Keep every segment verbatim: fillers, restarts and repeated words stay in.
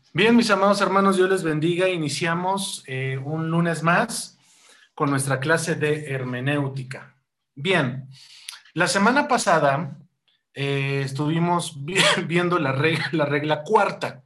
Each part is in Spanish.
Bien, mis amados hermanos, Dios les bendiga. Iniciamos eh, un lunes más con nuestra clase de hermenéutica. Bien, la semana pasada eh, estuvimos vi viendo la regla, la regla cuarta,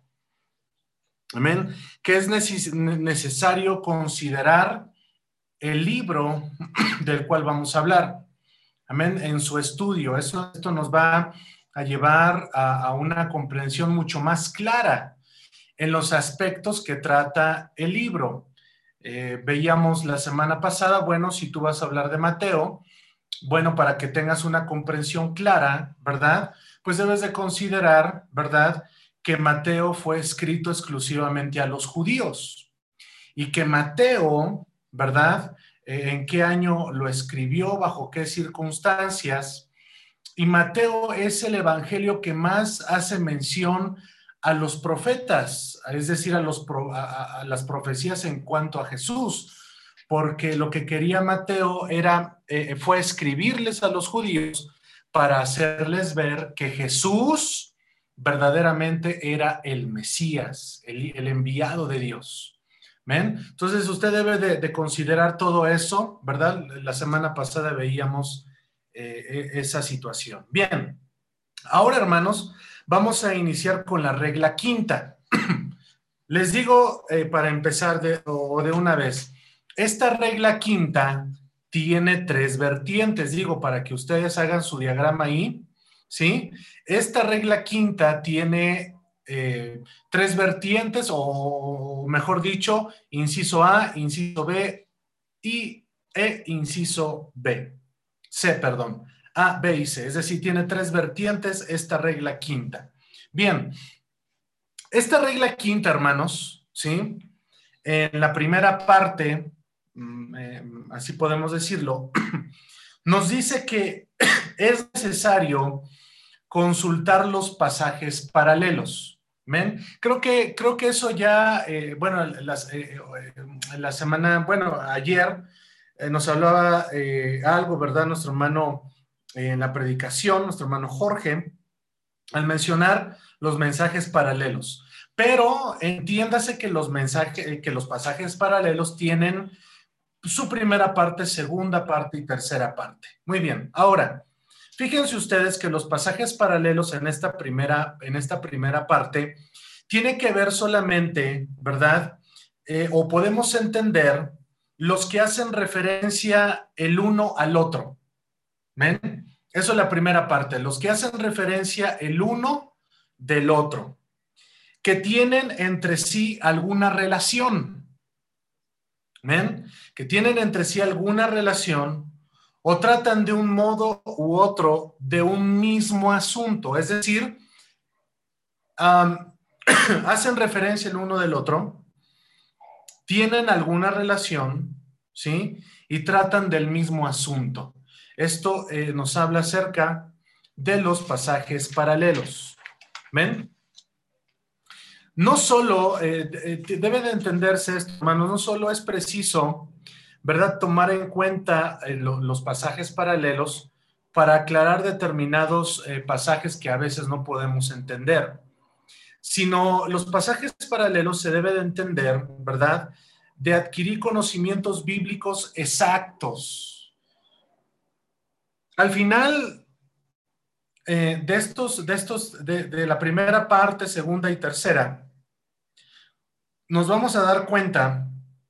amén, que es neces necesario considerar el libro del cual vamos a hablar, amén, en su estudio. Eso, esto nos va a llevar a, a una comprensión mucho más clara en los aspectos que trata el libro. Eh, veíamos la semana pasada, bueno, si tú vas a hablar de Mateo, bueno, para que tengas una comprensión clara, ¿verdad? Pues debes de considerar, ¿verdad?, que Mateo fue escrito exclusivamente a los judíos y que Mateo, ¿verdad?, eh, en qué año lo escribió, bajo qué circunstancias. Y Mateo es el evangelio que más hace mención a los profetas, es decir, a, los, a, a las profecías en cuanto a Jesús, porque lo que quería Mateo era, eh, fue escribirles a los judíos para hacerles ver que Jesús verdaderamente era el Mesías, el, el enviado de Dios. ¿Ven? Entonces usted debe de, de considerar todo eso, ¿verdad? La semana pasada veíamos eh, esa situación. Bien, ahora hermanos, vamos a iniciar con la regla quinta. Les digo eh, para empezar de, o de una vez, esta regla quinta tiene tres vertientes, digo, para que ustedes hagan su diagrama ahí, ¿sí? Esta regla quinta tiene eh, tres vertientes, o mejor dicho, inciso A, inciso B y E, inciso B. C, perdón. A, B y C. Es decir, tiene tres vertientes esta regla quinta. Bien, esta regla quinta, hermanos, ¿sí? En la primera parte, eh, así podemos decirlo, nos dice que es necesario consultar los pasajes paralelos. ¿Ven? Creo que, creo que eso ya, eh, bueno, las, eh, la semana, bueno, ayer eh, nos hablaba eh, algo, ¿verdad? Nuestro hermano eh, en la predicación, nuestro hermano Jorge, al mencionar los mensajes paralelos. Pero entiéndase que los mensajes, que los pasajes paralelos tienen su primera parte, segunda parte y tercera parte. Muy bien, ahora, fíjense ustedes que los pasajes paralelos en esta primera, en esta primera parte tiene que ver solamente, ¿verdad? Eh, o podemos entender los que hacen referencia el uno al otro. ¿Ven? Eso es la primera parte, los que hacen referencia el uno del otro, que tienen entre sí alguna relación. ¿Ven? Que tienen entre sí alguna relación o tratan de un modo u otro de un mismo asunto, es decir, um, hacen referencia el uno del otro, tienen alguna relación, ¿sí? Y tratan del mismo asunto. Esto eh, nos habla acerca de los pasajes paralelos. ¿Ven? No solo, eh, debe de entenderse esto, hermanos, no solo es preciso, ¿verdad?, tomar en cuenta eh, lo, los pasajes paralelos para aclarar determinados eh, pasajes que a veces no podemos entender, sino los pasajes paralelos se debe de entender, ¿verdad?, de adquirir conocimientos bíblicos exactos. Al final eh, de estos, de estos, de, de la primera parte, segunda y tercera, nos vamos a dar cuenta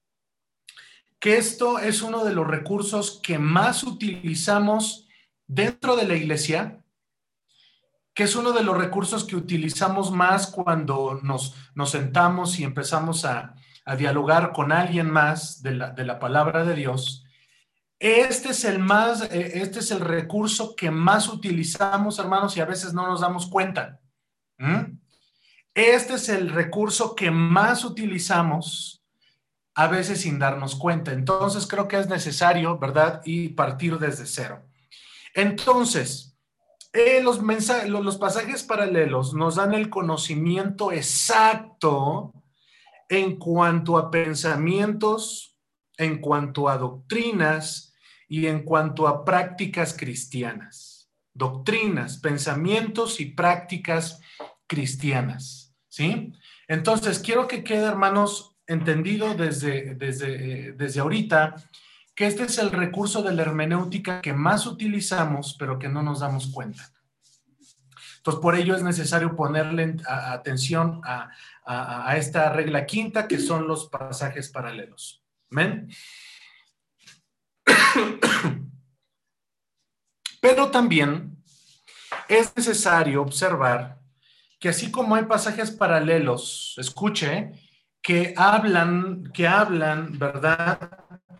que esto es uno de los recursos que más utilizamos dentro de la iglesia, que es uno de los recursos que utilizamos más cuando nos, nos sentamos y empezamos a, a dialogar con alguien más de la, de la palabra de Dios. Este es el más, este es el recurso que más utilizamos, hermanos, y a veces no nos damos cuenta. ¿Mm? Este es el recurso que más utilizamos a veces sin darnos cuenta. Entonces creo que es necesario, ¿verdad?, y partir desde cero. Entonces, eh, los, mensajes, los, los pasajes paralelos nos dan el conocimiento exacto en cuanto a pensamientos, en cuanto a doctrinas y en cuanto a prácticas cristianas. Doctrinas, pensamientos y prácticas cristianas. ¿sí? Entonces, quiero que quede, hermanos, entendido desde, desde, eh, desde ahorita que este es el recurso de la hermenéutica que más utilizamos, pero que no nos damos cuenta. Entonces, por ello es necesario ponerle a, atención a, a, a esta regla quinta, que son los pasajes paralelos. ¿Ven? Pero también es necesario observar que así como hay pasajes paralelos, escuche, que hablan, que hablan, ¿verdad?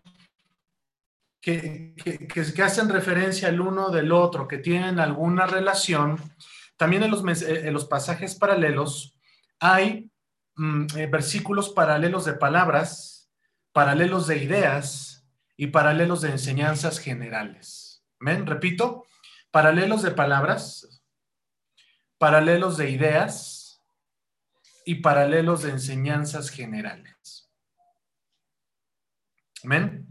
Que, que, que hacen referencia al uno del otro, que tienen alguna relación, también en los, en los pasajes paralelos hay mm, eh, versículos paralelos de palabras, paralelos de ideas y paralelos de enseñanzas generales. ¿Ven? Repito, paralelos de palabras, paralelos de ideas y paralelos de enseñanzas generales. ¿Ven?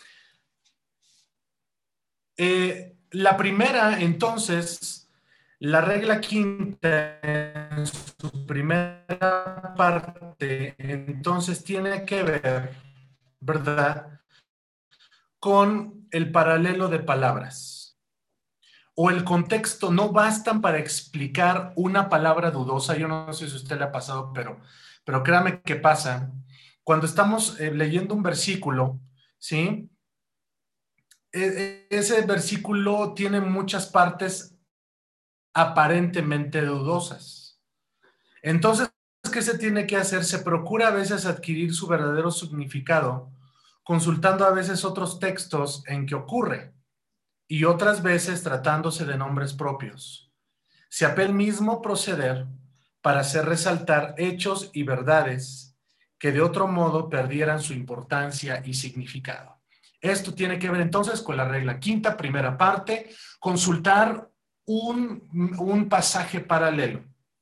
Eh, la primera, entonces, la regla quinta en su primera parte, entonces tiene que ver, ¿verdad?, con el paralelo de palabras o el contexto. No bastan para explicar una palabra dudosa. Yo no sé si a usted le ha pasado, pero, pero créame que pasa. Cuando estamos eh, leyendo un versículo, ¿sí?, ese versículo tiene muchas partes aparentemente dudosas. Entonces, ¿qué se tiene que hacer? Se procura a veces adquirir su verdadero significado, consultando a veces otros textos en que ocurre, y otras veces tratándose de nombres propios. Se apela al mismo proceder para hacer resaltar hechos y verdades que de otro modo perdieran su importancia y significado. Esto tiene que ver entonces con la regla quinta, primera parte, consultar un, un pasaje paralelo.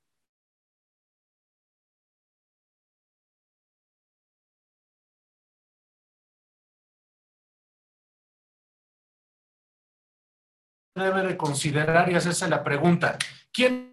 Debe de considerar y hacerse la pregunta, ¿quién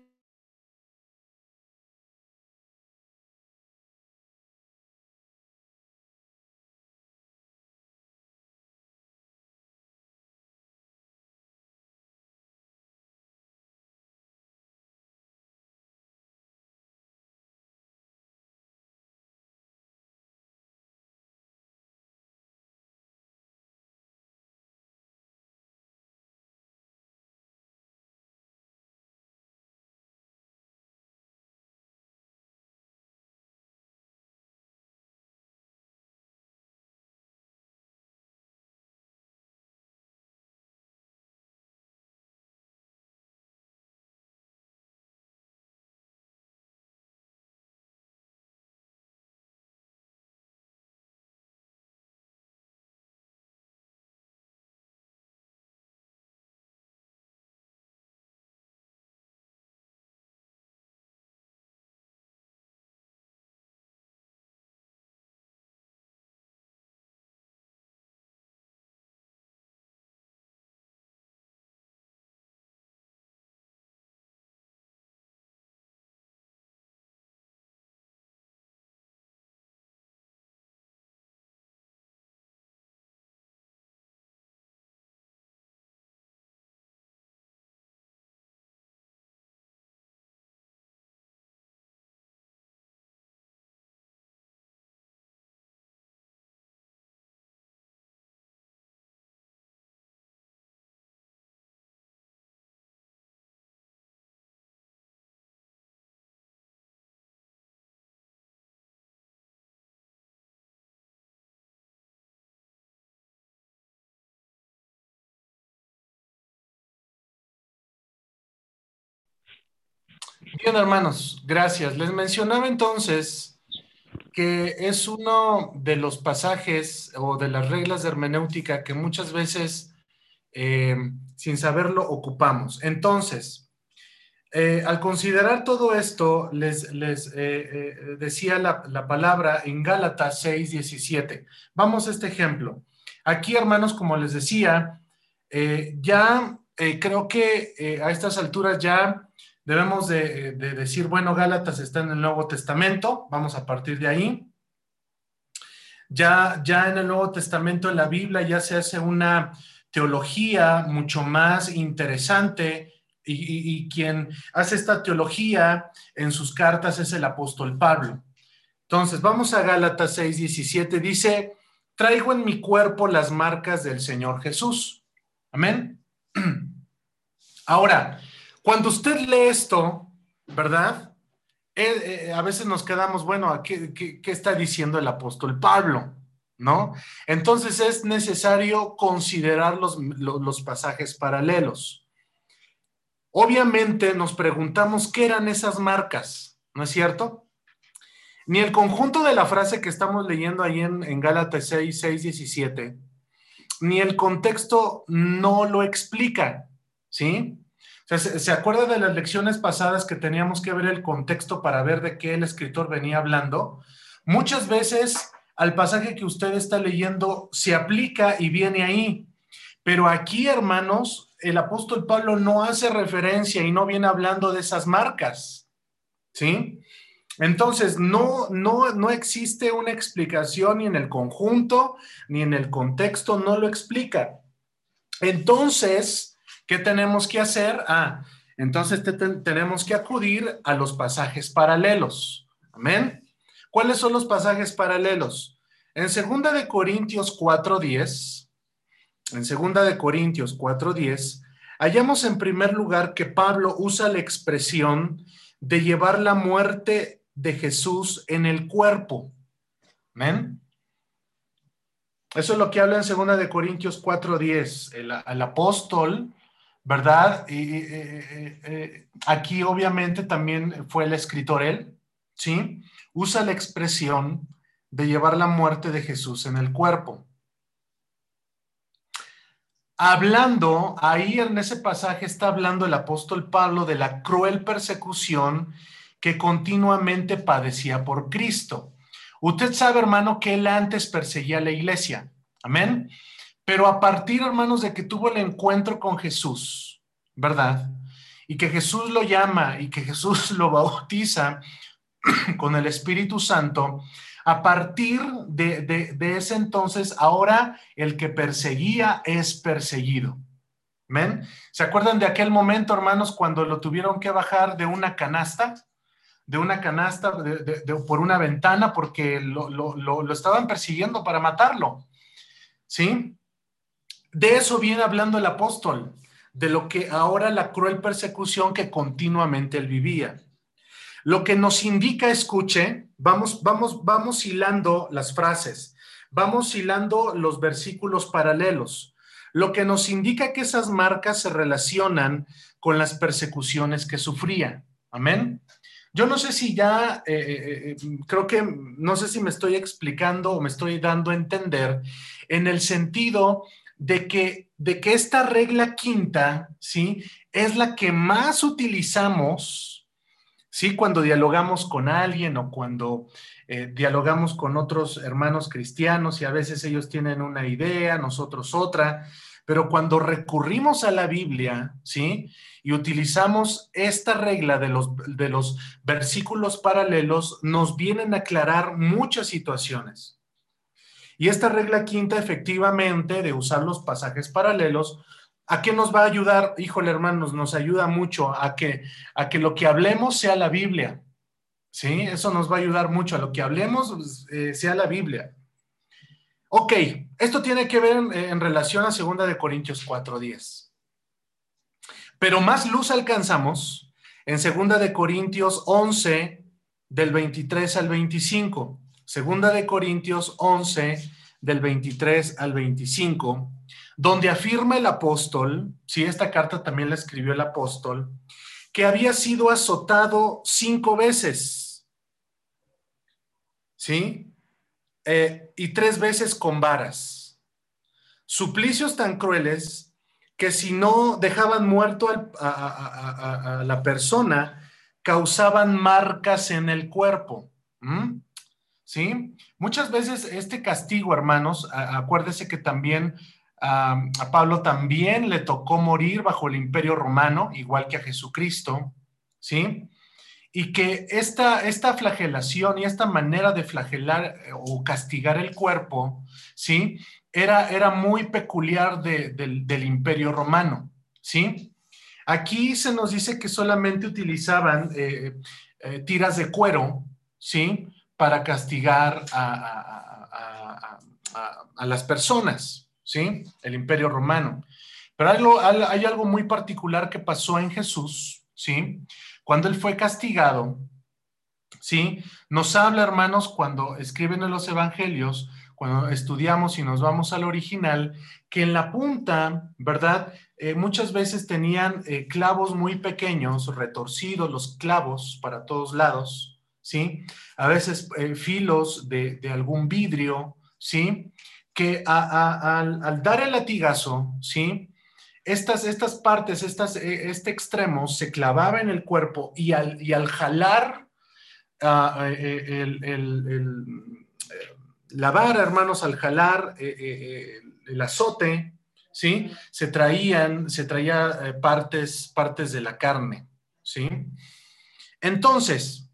Bien, hermanos, gracias. Les mencionaba entonces que es uno de los pasajes o de las reglas de hermenéutica que muchas veces, eh, sin saberlo, ocupamos. Entonces, eh, al considerar todo esto, les, les eh, eh, decía la, la palabra en Gálatas seis diecisiete. Vamos a este ejemplo. Aquí, hermanos, como les decía, eh, ya eh, creo que eh, a estas alturas ya debemos de, de decir, bueno, Gálatas está en el Nuevo Testamento, vamos a partir de ahí. Ya, ya en el Nuevo Testamento, en la Biblia, ya se hace una teología mucho más interesante y, y, y quien hace esta teología en sus cartas es el apóstol Pablo. Entonces, vamos a Gálatas seis diecisiete, dice, traigo en mi cuerpo las marcas del Señor Jesús. Amén. Ahora, cuando usted lee esto, ¿verdad? Eh, eh, a veces nos quedamos, bueno, ¿qué, qué, qué está diciendo el apóstol Pablo? ¿No? Entonces es necesario considerar los, los, los pasajes paralelos. Obviamente nos preguntamos qué eran esas marcas, ¿no es cierto? Ni el conjunto de la frase que estamos leyendo ahí en, en Gálatas seis, seis, diecisiete, ni el contexto no lo explica, ¿sí? O sea, ¿se, ¿se acuerda de las lecciones pasadas que teníamos que ver el contexto para ver de qué el escritor venía hablando? Muchas veces al pasaje que usted está leyendo se aplica y viene ahí, pero aquí, hermanos, el apóstol Pablo no hace referencia y no viene hablando de esas marcas, ¿sí? Entonces, no, no, no existe una explicación ni en el conjunto, ni en el contexto, no lo explica. Entonces, ¿qué tenemos que hacer? Ah, entonces te, te, tenemos que acudir a los pasajes paralelos. Amén. ¿Cuáles son los pasajes paralelos? En segunda de Corintios cuatro diez, en segunda de Corintios cuatro diez, hallamos en primer lugar que Pablo usa la expresión de llevar la muerte de Jesús en el cuerpo. ¿Amén? Eso es lo que habla en segunda de Corintios cuatro diez. El, el apóstol, ¿verdad? Y, eh, eh, aquí obviamente también fue el escritor él, ¿sí? Usa la expresión de llevar la muerte de Jesús en el cuerpo. Hablando, ahí en ese pasaje está hablando el apóstol Pablo de la cruel persecución que continuamente padecía por Cristo. Usted sabe, hermano, que él antes perseguía a la iglesia. Amén. Pero a partir, hermanos, de que tuvo el encuentro con Jesús, ¿verdad? Y que Jesús lo llama y que Jesús lo bautiza con el Espíritu Santo, a partir de, de, de ese entonces, ahora el que perseguía es perseguido. ¿Ven? ¿Se acuerdan de aquel momento, hermanos, cuando lo tuvieron que bajar de una canasta? De una canasta de, de, de, por una ventana porque lo, lo, lo, lo estaban persiguiendo para matarlo. ¿Sí? De eso viene hablando el apóstol, de lo que ahora la cruel persecución que continuamente él vivía. Lo que nos indica, escuche, vamos, vamos, vamos hilando las frases, vamos hilando los versículos paralelos. Lo que nos indica que esas marcas se relacionan con las persecuciones que sufría. Amén. Yo no sé si ya, eh, eh, creo que, no sé si me estoy explicando o me estoy dando a entender en el sentido de que, de que esta regla quinta, ¿sí? Es la que más utilizamos, ¿sí? Cuando dialogamos con alguien o cuando eh, dialogamos con otros hermanos cristianos y a veces ellos tienen una idea, nosotros otra, pero cuando recurrimos a la Biblia, ¿sí? Y utilizamos esta regla de los, de los versículos paralelos, nos vienen a aclarar muchas situaciones. Y esta regla quinta, efectivamente, de usar los pasajes paralelos, ¿a qué nos va a ayudar? Híjole, hermanos, nos ayuda mucho a que, a que lo que hablemos sea la Biblia. ¿Sí? Eso nos va a ayudar mucho a lo que hablemos eh, sea la Biblia. Ok, esto tiene que ver en, en relación a segunda de Corintios cuatro diez. Pero más luz alcanzamos en segunda de Corintios once, del veintitrés al veinticinco. Segunda de Corintios once, del veintitrés al veinticinco, donde afirma el apóstol, si esta carta también la escribió el apóstol, que había sido azotado cinco veces, ¿sí? Eh, y tres veces con varas. Suplicios tan crueles que si no dejaban muerto a, a, a, a la persona, causaban marcas en el cuerpo. ¿Mm? ¿Sí? Muchas veces este castigo, hermanos, acuérdese que también a, a Pablo también le tocó morir bajo el imperio romano, igual que a Jesucristo, ¿sí? Y que esta, esta flagelación y esta manera de flagelar o castigar el cuerpo, ¿sí? Era, era muy peculiar de, de, del Imperio Romano, ¿sí? Aquí se nos dice que solamente utilizaban eh, eh, tiras de cuero, ¿sí? Para castigar a, a, a, a, a las personas, ¿sí? El Imperio Romano. Pero hay algo, hay algo muy particular que pasó en Jesús, ¿sí? Cuando él fue castigado, ¿sí? Nos habla, hermanos, cuando escriben en los evangelios, cuando estudiamos y nos vamos al original, que en la punta, ¿verdad? Eh, muchas veces tenían eh, clavos muy pequeños, retorcidos los clavos para todos lados, ¿sí? A veces eh, filos de, de algún vidrio, ¿sí? Que a, a, al, al dar el latigazo, ¿sí? Estas, estas partes, estas, este extremo se clavaba en el cuerpo y al, y al jalar uh, el, el, el, el lavar, hermanos, al jalar eh, eh, el azote, ¿sí? Se traían, se traía eh, partes, partes de la carne, ¿sí? Entonces,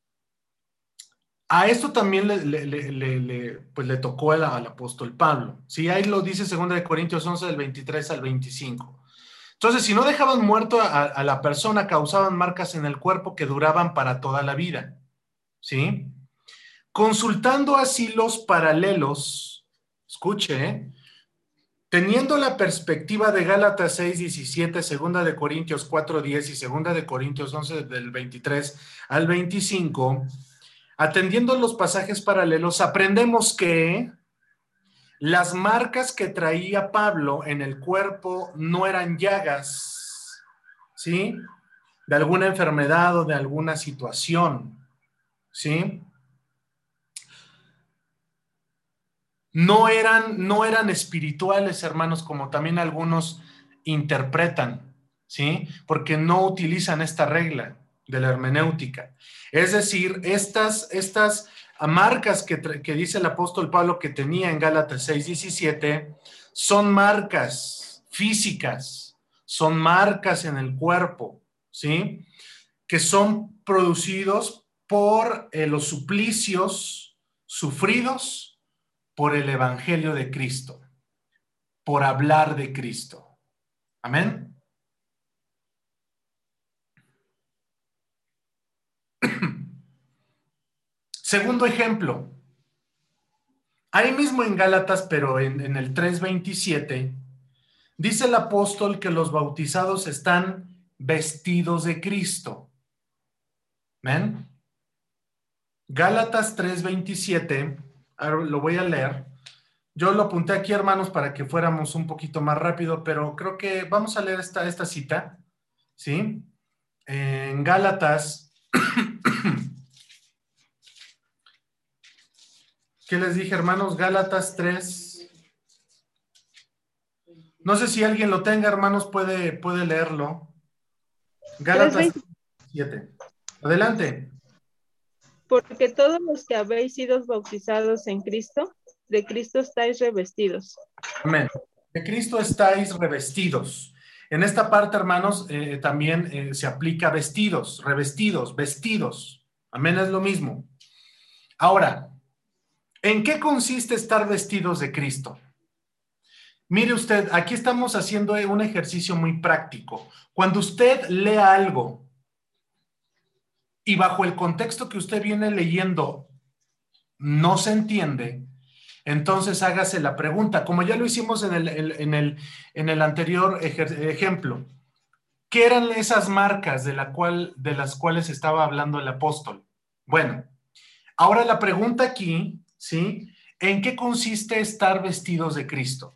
a esto también le, le, le, le, pues le tocó al, al apóstol Pablo, ¿sí? Ahí lo dice segunda de Corintios once, del veintitrés al veinticinco. Entonces, si no dejaban muerto a, a la persona, causaban marcas en el cuerpo que duraban para toda la vida, ¿sí? Consultando así los paralelos, escuche, ¿eh? Teniendo la perspectiva de Gálatas seis diecisiete, segunda de Corintios cuatro diez y segunda de Corintios once, del veintitrés al veinticinco, atendiendo los pasajes paralelos, aprendemos que las marcas que traía Pablo en el cuerpo no eran llagas, ¿sí? De alguna enfermedad o de alguna situación, ¿sí? No eran, no eran espirituales, hermanos, como también algunos interpretan, ¿sí? Porque no utilizan esta regla de la hermenéutica. Es decir, estas, estas marcas que, que dice el apóstol Pablo que tenía en Gálatas seis diecisiete son marcas físicas, son marcas en el cuerpo, ¿sí? Que son producidos por eh, los suplicios sufridos por el evangelio de Cristo, por hablar de Cristo. Amén. Segundo ejemplo, ahí mismo en Gálatas, pero en, en el tres veintisiete, dice el apóstol que los bautizados están vestidos de Cristo. ¿Amén? Gálatas tres veintisiete, lo voy a leer. Yo lo apunté aquí, hermanos, para que fuéramos un poquito más rápido, pero creo que vamos a leer esta, esta cita, ¿sí? En Gálatas, ¿qué les dije, hermanos? Gálatas tres. No sé si alguien lo tenga, hermanos, puede, puede leerlo. Gálatas siete. Adelante. Porque todos los que habéis sido bautizados en Cristo, de Cristo estáis revestidos. Amén. De Cristo estáis revestidos. En esta parte, hermanos, eh, también eh, se aplica vestidos, revestidos, vestidos. Amén, es lo mismo. Ahora, ¿en qué consiste estar vestidos de Cristo? Mire usted, aquí estamos haciendo un ejercicio muy práctico. Cuando usted lea algo y bajo el contexto que usted viene leyendo no se entiende, entonces hágase la pregunta, como ya lo hicimos en el, en el, en el anterior ejemplo. ¿Qué eran esas marcas de, la cual, de las cuales estaba hablando el apóstol? Bueno, ahora la pregunta aquí, ¿sí? ¿En qué consiste estar vestidos de Cristo?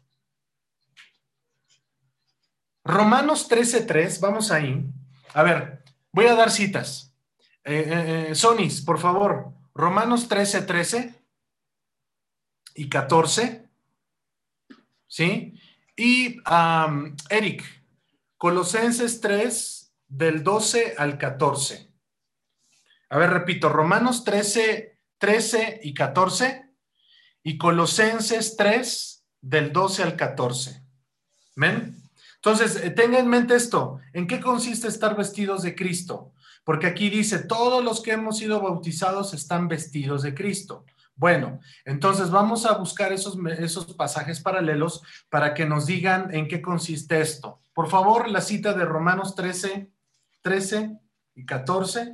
Romanos trece tres, vamos ahí. A ver, voy a dar citas. Eh, eh, Sonis, por favor, Romanos trece trece y catorce, ¿sí? Y um, Eric, Colosenses tres, del doce al catorce. A ver, repito, Romanos trece, trece y catorce, y Colosenses tres, del doce al catorce. ¿Ven? Entonces, tenga en mente esto. ¿En qué consiste estar vestidos de Cristo? Porque aquí dice, todos los que hemos sido bautizados están vestidos de Cristo. Bueno, entonces vamos a buscar esos, esos pasajes paralelos para que nos digan en qué consiste esto. Por favor, la cita de Romanos trece, trece y catorce.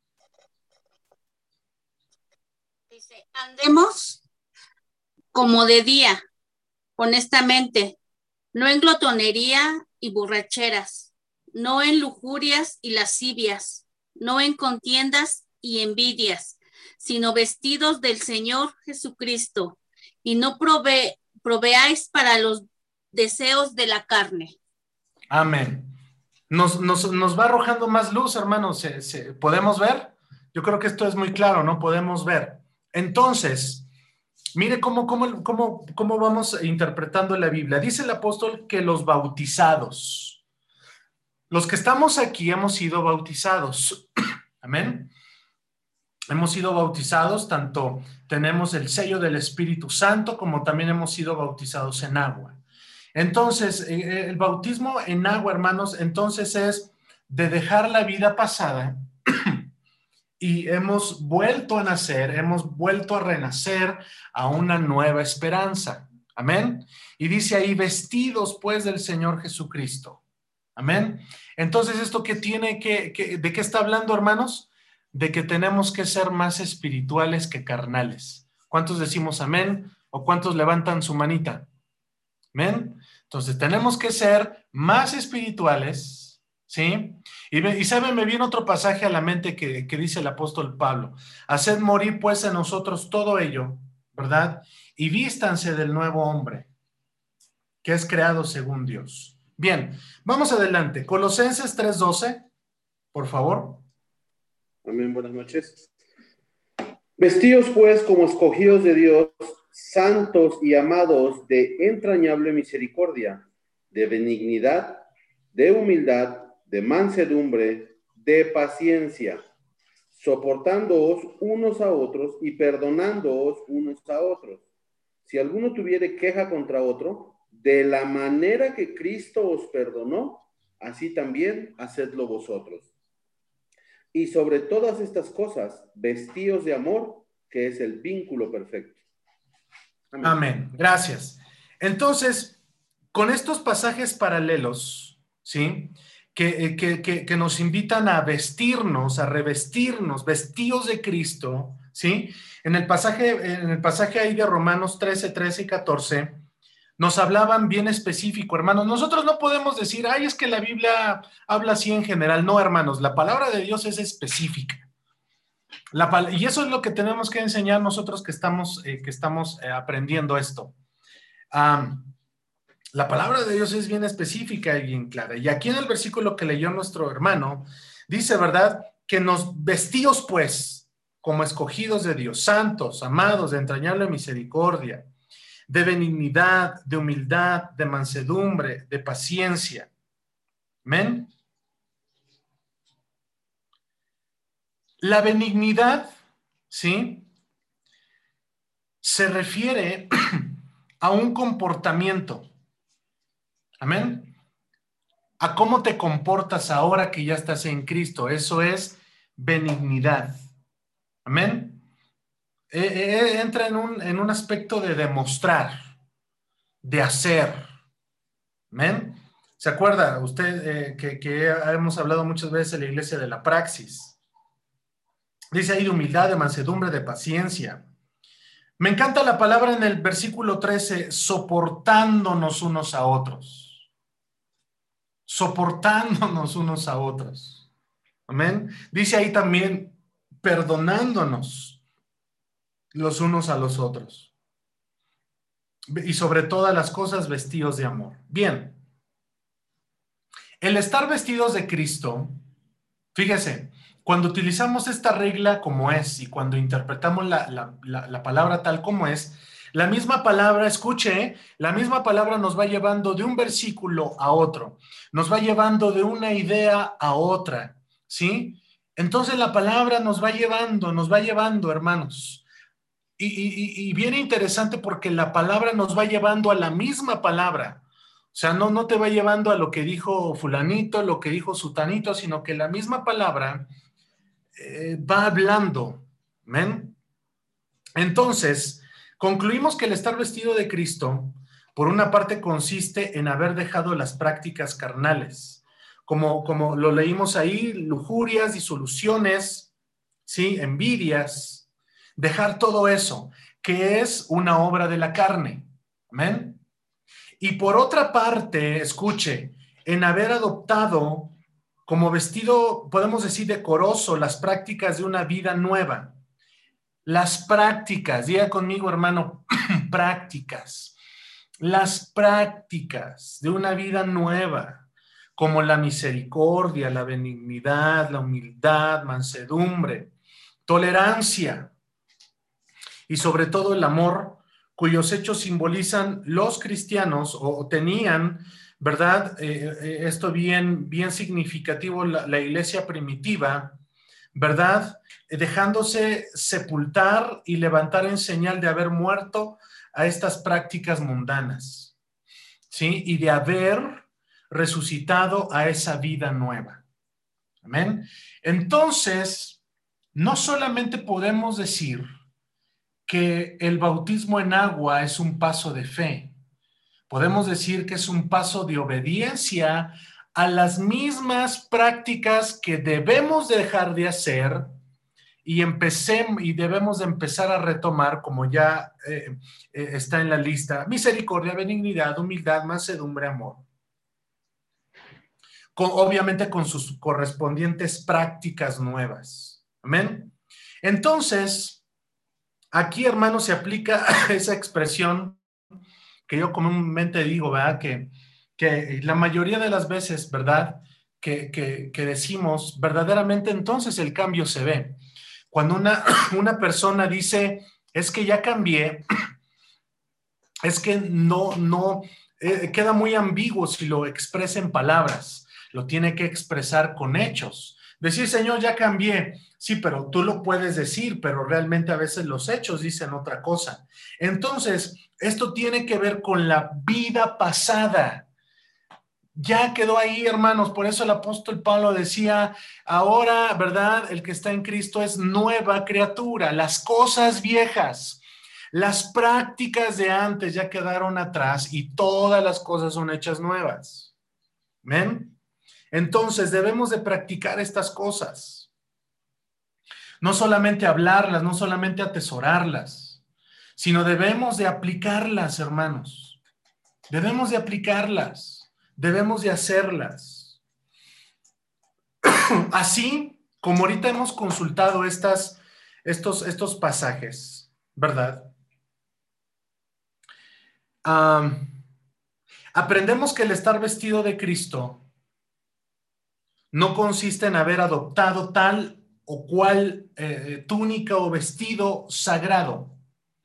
Dice, andemos como de día, honestamente, no en glotonería y borracheras, no en lujurias y lascivias, no en contiendas y envidias, sino vestidos del Señor Jesucristo, y no prove, proveáis para los deseos de la carne. Amén. Nos, nos, nos va arrojando más luz, hermanos. ¿Se, se, ¿Podemos ver? Yo creo que esto es muy claro, ¿no? Podemos ver. Entonces, mire cómo, cómo, cómo, cómo vamos interpretando la Biblia. Dice el apóstol que los bautizados, los que estamos aquí hemos sido bautizados. Amén. Hemos sido bautizados, tanto tenemos el sello del Espíritu Santo como también hemos sido bautizados en agua. Entonces, el bautismo en agua, hermanos, entonces es de dejar la vida pasada y hemos vuelto a nacer, hemos vuelto a renacer a una nueva esperanza. Amén. Y dice ahí, vestidos pues del Señor Jesucristo. Amén. Entonces, ¿esto qué tiene que, que de qué está hablando, hermanos? De que tenemos que ser más espirituales que carnales. ¿Cuántos decimos amén? ¿O cuántos levantan su manita? Amén. Entonces tenemos que ser más espirituales, ¿sí? Y, me, y saben, me viene otro pasaje a la mente que, que dice el apóstol Pablo. Haced morir pues en nosotros todo ello, ¿verdad? Y vístanse del nuevo hombre, que es creado según Dios. Bien, vamos adelante. Colosenses tres doce, por favor. Amén, buenas noches. Vestíos pues como escogidos de Dios, santos y amados, de entrañable misericordia, de benignidad, de humildad, de mansedumbre, de paciencia, soportándoos unos a otros y perdonándoos unos a otros. Si alguno tuviere queja contra otro, de la manera que Cristo os perdonó, así también hacedlo vosotros. Y sobre todas estas cosas, vestíos de amor, que es el vínculo perfecto. Amén. Amén. Gracias. Entonces, con estos pasajes paralelos, ¿sí? Que, que, que, que nos invitan a vestirnos, a revestirnos, vestidos de Cristo, ¿sí? En el pasaje, en el pasaje ahí de Romanos trece, trece y catorce, nos hablaban bien específico, hermanos. Nosotros no podemos decir, ay, es que la Biblia habla así en general. No, hermanos, la palabra de Dios es específica. La, y eso es lo que tenemos que enseñar nosotros que estamos, eh, que estamos eh, aprendiendo esto. Um, la palabra de Dios es bien específica y bien clara. Y aquí en el versículo que leyó nuestro hermano, dice, ¿verdad? Que nos vestíos pues como escogidos de Dios, santos, amados, de entrañable misericordia, de benignidad, de humildad, de mansedumbre, de paciencia. ¿Amén? La benignidad, ¿sí? Se refiere a un comportamiento. Amén. A cómo te comportas ahora que ya estás en Cristo. Eso es benignidad. Amén. Eh, eh, entra en un, en un aspecto de demostrar, de hacer. Amén. ¿Se acuerda usted eh, que, que hemos hablado muchas veces en la iglesia de la praxis? Dice ahí de humildad, de mansedumbre, de paciencia. Me encanta la palabra en el versículo trece, soportándonos unos a otros. Soportándonos unos a otros. Amén. Dice ahí también, perdonándonos los unos a los otros. Y sobre todas las cosas, vestidos de amor. Bien. El estar vestidos de Cristo, fíjese, cuando utilizamos esta regla como es y cuando interpretamos la, la, la, la palabra tal como es, la misma palabra, escuche, la misma palabra nos va llevando de un versículo a otro, nos va llevando de una idea a otra, ¿sí? Entonces la palabra nos va llevando, nos va llevando, hermanos. Y, y, y viene interesante porque la palabra nos va llevando a la misma palabra. O sea, no, no te va llevando a lo que dijo fulanito, lo que dijo sutanito, sino que la misma palabra eh, va hablando. ¿Amén? Entonces, concluimos que el estar vestido de Cristo, por una parte, consiste en haber dejado las prácticas carnales, como, como lo leímos ahí, lujurias, disoluciones, ¿sí? Envidias, dejar todo eso, que es una obra de la carne. ¿Amén? Y por otra parte, escuche, en haber adoptado como vestido, podemos decir, decoroso, las prácticas de una vida nueva. Las prácticas, diga conmigo, hermano, prácticas. Las prácticas de una vida nueva, como la misericordia, la benignidad, la humildad, mansedumbre, tolerancia y sobre todo el amor, cuyos hechos simbolizan los cristianos o tenían, ¿verdad? Eh, esto bien, bien significativo, la, la iglesia primitiva, ¿verdad? Dejándose sepultar y levantar en señal de haber muerto a estas prácticas mundanas, ¿sí? Y de haber resucitado a esa vida nueva. Amén. Entonces, no solamente podemos decir que el bautismo en agua es un paso de fe, podemos decir que es un paso de obediencia a las mismas prácticas que debemos dejar de hacer y empecemos y debemos de empezar a retomar, como ya eh, eh, está en la lista: misericordia, benignidad, humildad, mansedumbre, amor. Con, obviamente con sus correspondientes prácticas nuevas. Amén. Entonces, aquí, hermanos, se aplica esa expresión que yo comúnmente digo, ¿verdad? Que, que la mayoría de las veces, ¿verdad? Que, que, que decimos, verdaderamente entonces el cambio se ve. Cuando una, una persona dice, es que ya cambié, es que no, no, eh, queda muy ambiguo si lo expresa en palabras, lo tiene que expresar con hechos. Decir, Señor, ya cambié, sí, pero tú lo puedes decir, pero realmente a veces los hechos dicen otra cosa. Entonces, esto tiene que ver con la vida pasada. Ya quedó ahí, hermanos, por eso el apóstol Pablo decía, ahora, ¿verdad? El que está en Cristo es nueva criatura, las cosas viejas, las prácticas de antes ya quedaron atrás y todas las cosas son hechas nuevas. ¿Ven? Entonces debemos de practicar estas cosas. No solamente hablarlas, no solamente atesorarlas, sino debemos de aplicarlas, hermanos. Debemos de aplicarlas. Debemos de hacerlas. Así como ahorita hemos consultado estas, estos, estos pasajes, ¿verdad? Um, aprendemos que el estar vestido de Cristo no consiste en haber adoptado tal o cual eh, túnica o vestido sagrado.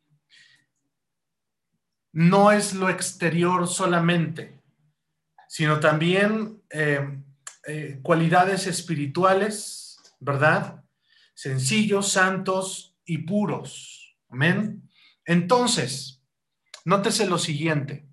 No es lo exterior solamente, sino también eh, eh, cualidades espirituales, ¿verdad? Sencillos, santos y puros. Amén. Entonces, nótese lo siguiente.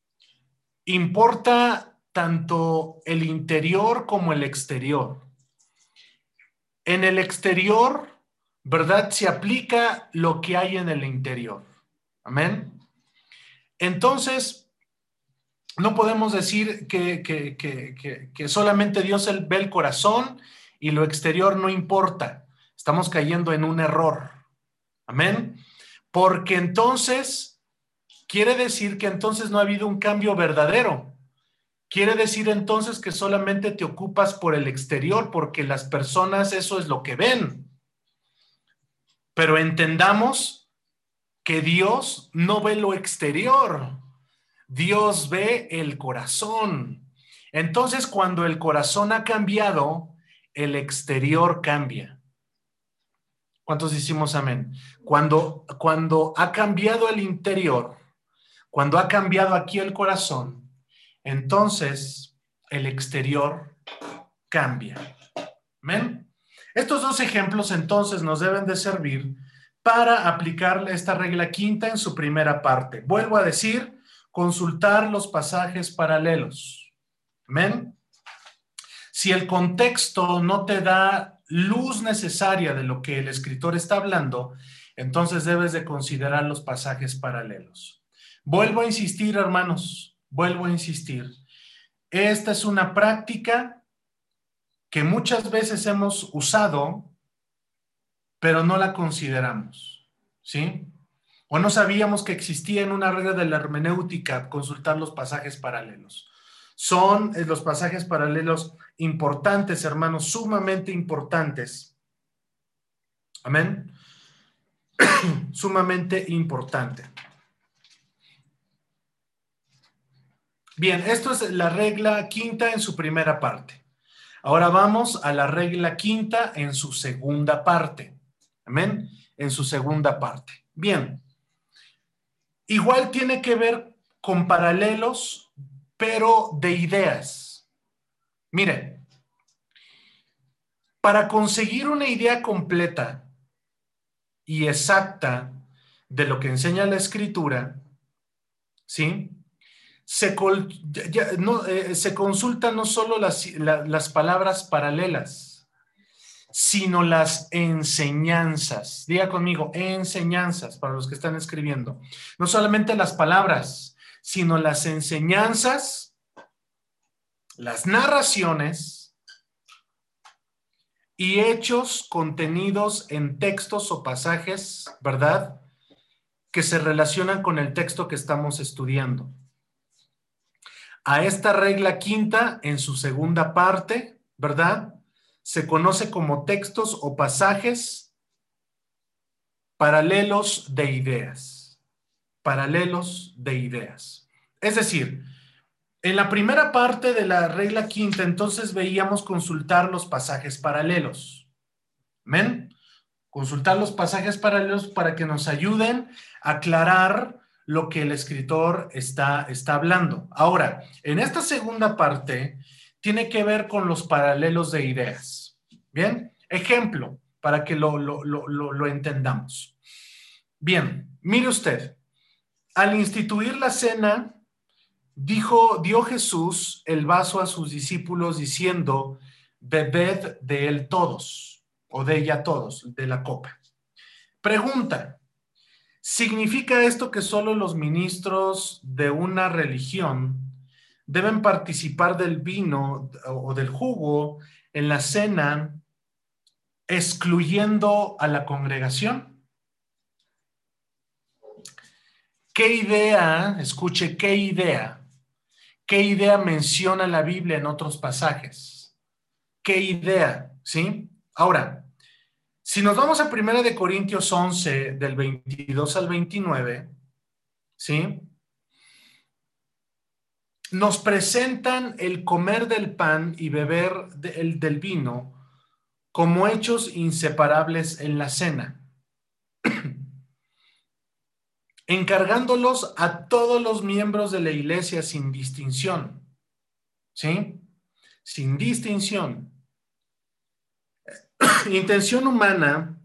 Importa tanto el interior como el exterior. En el exterior, ¿verdad? Se aplica lo que hay en el interior. Amén. Entonces, no podemos decir que, que, que, que, que solamente Dios ve el corazón y lo exterior no importa. Estamos cayendo en un error. Amén. Porque entonces quiere decir que entonces no ha habido un cambio verdadero. Quiere decir entonces que solamente te ocupas por el exterior, porque las personas eso es lo que ven. Pero entendamos que Dios no ve lo exterior. Dios ve el corazón. Entonces, cuando el corazón ha cambiado, el exterior cambia. ¿Cuántos decimos amén? Cuando, cuando ha cambiado el interior, cuando ha cambiado aquí el corazón, entonces el exterior cambia. ¿Amén? Estos dos ejemplos entonces nos deben de servir para aplicar esta regla quinta en su primera parte. Vuelvo a decir, consultar los pasajes paralelos. ¿Amén? Si el contexto no te da luz necesaria de lo que el escritor está hablando, entonces debes de considerar los pasajes paralelos. Vuelvo a insistir, hermanos, vuelvo a insistir. Esta es una práctica que muchas veces hemos usado, pero no la consideramos, ¿sí? O no sabíamos que existía en una regla de la hermenéutica consultar los pasajes paralelos. Son los pasajes paralelos importantes, hermanos, sumamente importantes. Amén. Sumamente importante. Bien, esto es la regla quinta en su primera parte. Ahora vamos a la regla quinta en su segunda parte. Amén. En su segunda parte. Bien. Igual tiene que ver con paralelos, pero de ideas. Miren, para conseguir una idea completa y exacta de lo que enseña la Escritura, ¿sí? Se, col, ya, no, eh, se consultan no solo las, la, las palabras paralelas, sino las enseñanzas. Diga conmigo, enseñanzas, para los que están escribiendo. No solamente las palabras, sino las enseñanzas, las narraciones y hechos contenidos en textos o pasajes, ¿verdad?, que se relacionan con el texto que estamos estudiando. A esta regla quinta, en su segunda parte, ¿verdad?, se conoce como textos o pasajes paralelos de ideas. Paralelos de ideas. Es decir, en la primera parte de la regla quinta, entonces veíamos consultar los pasajes paralelos. ¿Amén? Consultar los pasajes paralelos para que nos ayuden a aclarar lo que el escritor está, está hablando. Ahora, en esta segunda parte, tiene que ver con los paralelos de ideas. ¿Bien? Ejemplo, para que lo, lo, lo, lo, lo entendamos. Bien, mire usted. Al instituir la cena, dijo, dio Jesús el vaso a sus discípulos diciendo, bebed de él todos, o de ella todos, de la copa. Pregunta, ¿significa esto que solo los ministros de una religión deben participar del vino o del jugo en la cena, excluyendo a la congregación? ¿Qué idea, escuche, qué idea, qué idea menciona la Biblia en otros pasajes? ¿Qué idea? ¿Sí? Ahora, si nos vamos a primera de Corintios once, del veintidós al veintinueve, ¿sí?, nos presentan el comer del pan y beber de, el, del vino como hechos inseparables en la cena, encargándolos a todos los miembros de la iglesia sin distinción, ¿sí? Sin distinción. Intención humana,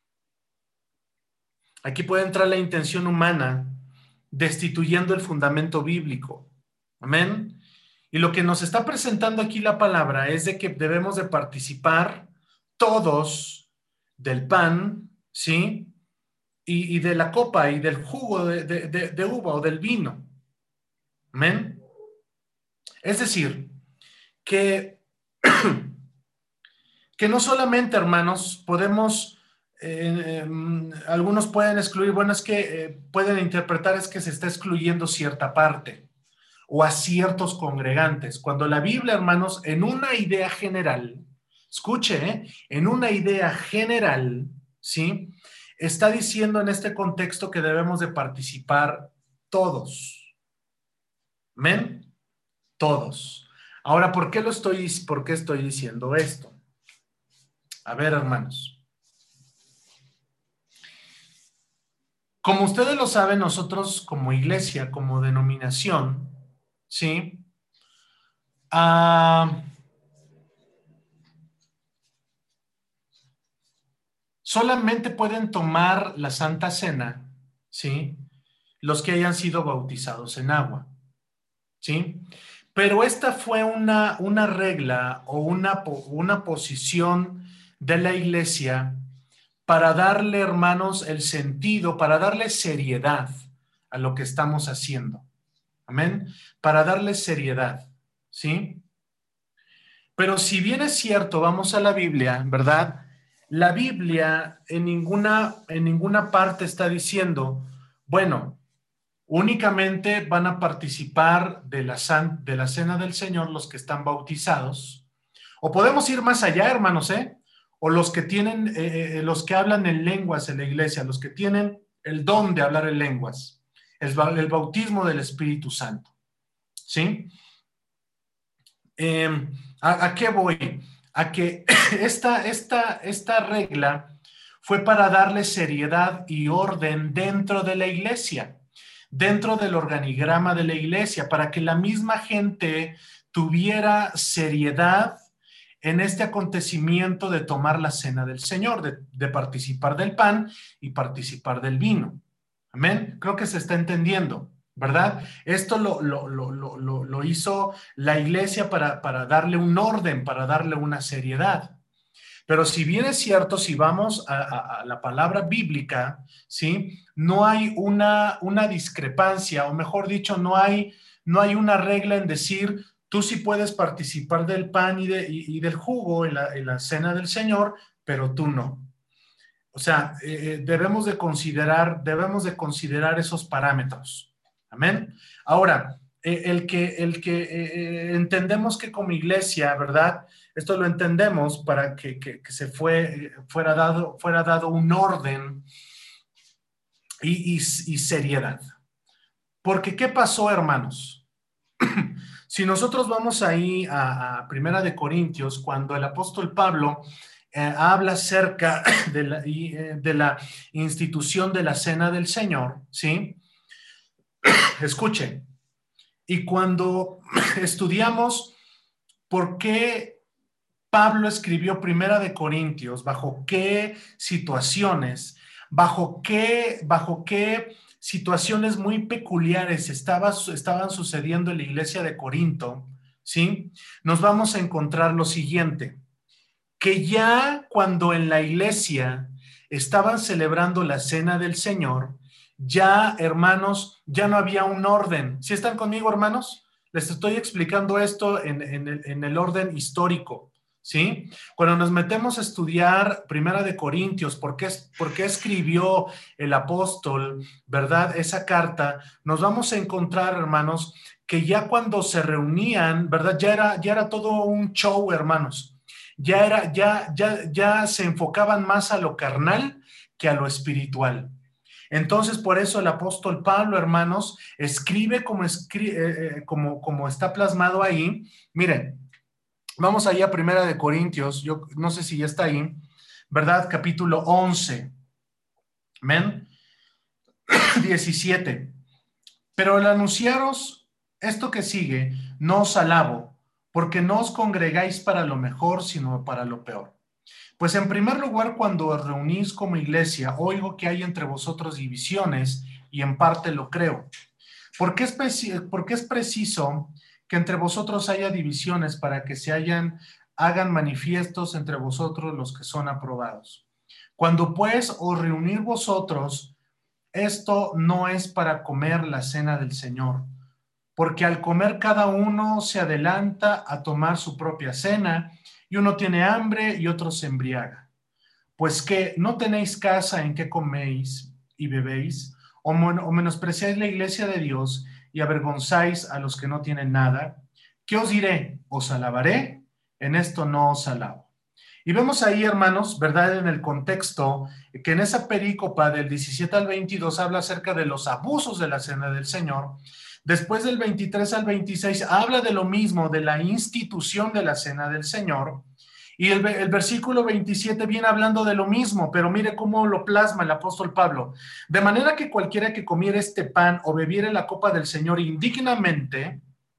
aquí puede entrar la intención humana, destituyendo el fundamento bíblico. Amén. Y lo que nos está presentando aquí la palabra es de que debemos de participar todos del pan, ¿sí?, y, y de la copa y del jugo de, de, de, de uva o del vino. Amén. Es decir, que, que no solamente, hermanos, podemos, eh, eh, algunos pueden excluir, bueno, es que eh, pueden interpretar es que se está excluyendo cierta parte o a ciertos congregantes, cuando la Biblia, hermanos, en una idea general, escuche, ¿eh? en una idea general, ¿sí?, está diciendo en este contexto que debemos de participar todos. ¿Amén? Todos. Ahora, ¿por qué lo estoy, por qué estoy diciendo esto? A ver, hermanos. Como ustedes lo saben, nosotros como iglesia, como denominación, ¿sí?, Uh, solamente pueden tomar la Santa Cena, ¿sí?, los que hayan sido bautizados en agua, ¿sí? Pero esta fue una, una regla o una, una posición de la iglesia para darle, hermanos, el sentido, para darle seriedad a lo que estamos haciendo. Amén. Para darle seriedad, ¿sí? Pero si bien es cierto, vamos a la Biblia, ¿verdad? La Biblia en ninguna, en ninguna parte está diciendo, bueno, únicamente van a participar de la, san, de la cena del Señor los que están bautizados. O podemos ir más allá, hermanos, ¿eh? O los que tienen, eh, los que hablan en lenguas en la iglesia, los que tienen el don de hablar en lenguas, el, el bautismo del Espíritu Santo, ¿sí? Eh, ¿a, ¿A qué voy? A que esta, esta, esta regla fue para darle seriedad y orden dentro de la iglesia, dentro del organigrama de la iglesia, para que la misma gente tuviera seriedad en este acontecimiento de tomar la cena del Señor, de, de participar del pan y participar del vino. Amén. Creo que se está entendiendo, ¿verdad? Esto lo, lo, lo, lo, lo hizo la iglesia para, para darle un orden, para darle una seriedad. Pero si bien es cierto, si vamos a, a, a la palabra bíblica, ¿sí? No hay una, una discrepancia, o mejor dicho, no hay, no hay una regla en decir, tú sí puedes participar del pan y, de, y, y del jugo en la, en la cena del Señor, pero tú no. O sea, eh, debemos de considerar, debemos de considerar esos parámetros. Amén. Ahora, eh, el que, el que eh, entendemos que como iglesia, ¿verdad? Esto lo entendemos para que, que, que se fue, fuera, dado, fuera dado un orden y, y, y seriedad. Porque, ¿qué pasó, hermanos? Si nosotros vamos ahí a, a Primera de Corintios, cuando el apóstol Pablo eh, habla acerca de la, de la institución de la cena del Señor, ¿sí? Escuchen, y cuando estudiamos por qué Pablo escribió Primera de Corintios, bajo qué situaciones, bajo qué, bajo qué situaciones muy peculiares estaba, estaban sucediendo en la iglesia de Corinto, ¿sí? Nos vamos a encontrar lo siguiente, que ya cuando en la iglesia estaban celebrando la cena del Señor, ya, hermanos, ya no había un orden. ¿Sí están conmigo, hermanos? Les estoy explicando esto en, en, el, en el orden histórico, ¿sí? Cuando nos metemos a estudiar Primera de Corintios, ¿por qué, por qué escribió el apóstol, verdad, esa carta? Nos vamos a encontrar, hermanos, que ya cuando se reunían, verdad, ya era, ya era todo un show, hermanos. Ya era, ya, ya, ya se enfocaban más a lo carnal que a lo espiritual. Entonces, por eso el apóstol Pablo, hermanos, escribe como, escribe, eh, como, como está plasmado ahí. Miren, vamos allá a Primera de Corintios, yo no sé si ya está ahí, ¿verdad? Capítulo once. Amén. diecisiete. Pero al anunciaros esto que sigue, no os alabo, porque no os congregáis para lo mejor, sino para lo peor. Pues en primer lugar, cuando os reunís como iglesia, oigo que hay entre vosotros divisiones, y en parte lo creo. Porque es, porque es preciso que entre vosotros haya divisiones para que se hayan, hagan manifiestos entre vosotros los que son aprobados. Cuando pues os reunís vosotros, esto no es para comer la cena del Señor, porque al comer cada uno se adelanta a tomar su propia cena, y uno tiene hambre y otro se embriaga. Pues que no tenéis casa en que coméis y bebéis, o, mon o menospreciáis la iglesia de Dios y avergonzáis a los que no tienen nada. ¿Qué os diré? ¿Os alabaré? En esto no os alabo. Y vemos ahí, hermanos, ¿verdad? En el contexto, que en esa perícopa del diecisiete al veintidós habla acerca de los abusos de la cena del Señor. Después del veintitrés al veintiséis habla de lo mismo, de la institución de la cena del Señor. Y el, el versículo veintisiete viene hablando de lo mismo, pero mire cómo lo plasma el apóstol Pablo. De manera que cualquiera que comiera este pan o bebiere la copa del Señor indignamente,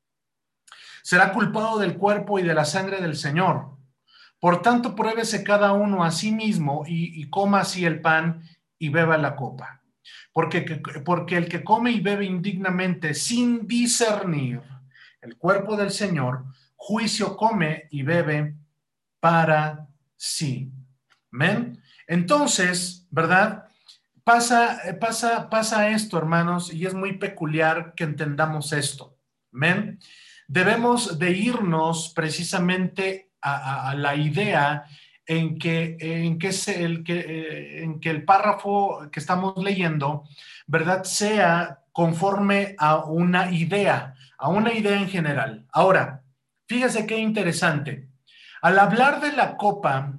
será culpado del cuerpo y de la sangre del Señor. Por tanto, pruébese cada uno a sí mismo y, y coma así el pan y beba la copa. Porque, porque el que come y bebe indignamente sin discernir el cuerpo del Señor, juicio come y bebe para sí. Amén. Entonces, ¿verdad? Pasa, pasa, pasa esto, hermanos, y es muy peculiar que entendamos esto. Amén. Debemos de irnos precisamente a, a, a la idea en que, en, que se, el, que, en que el párrafo que estamos leyendo, ¿verdad?, sea conforme a una idea, a una idea en general. Ahora, fíjese qué interesante. Al hablar de la copa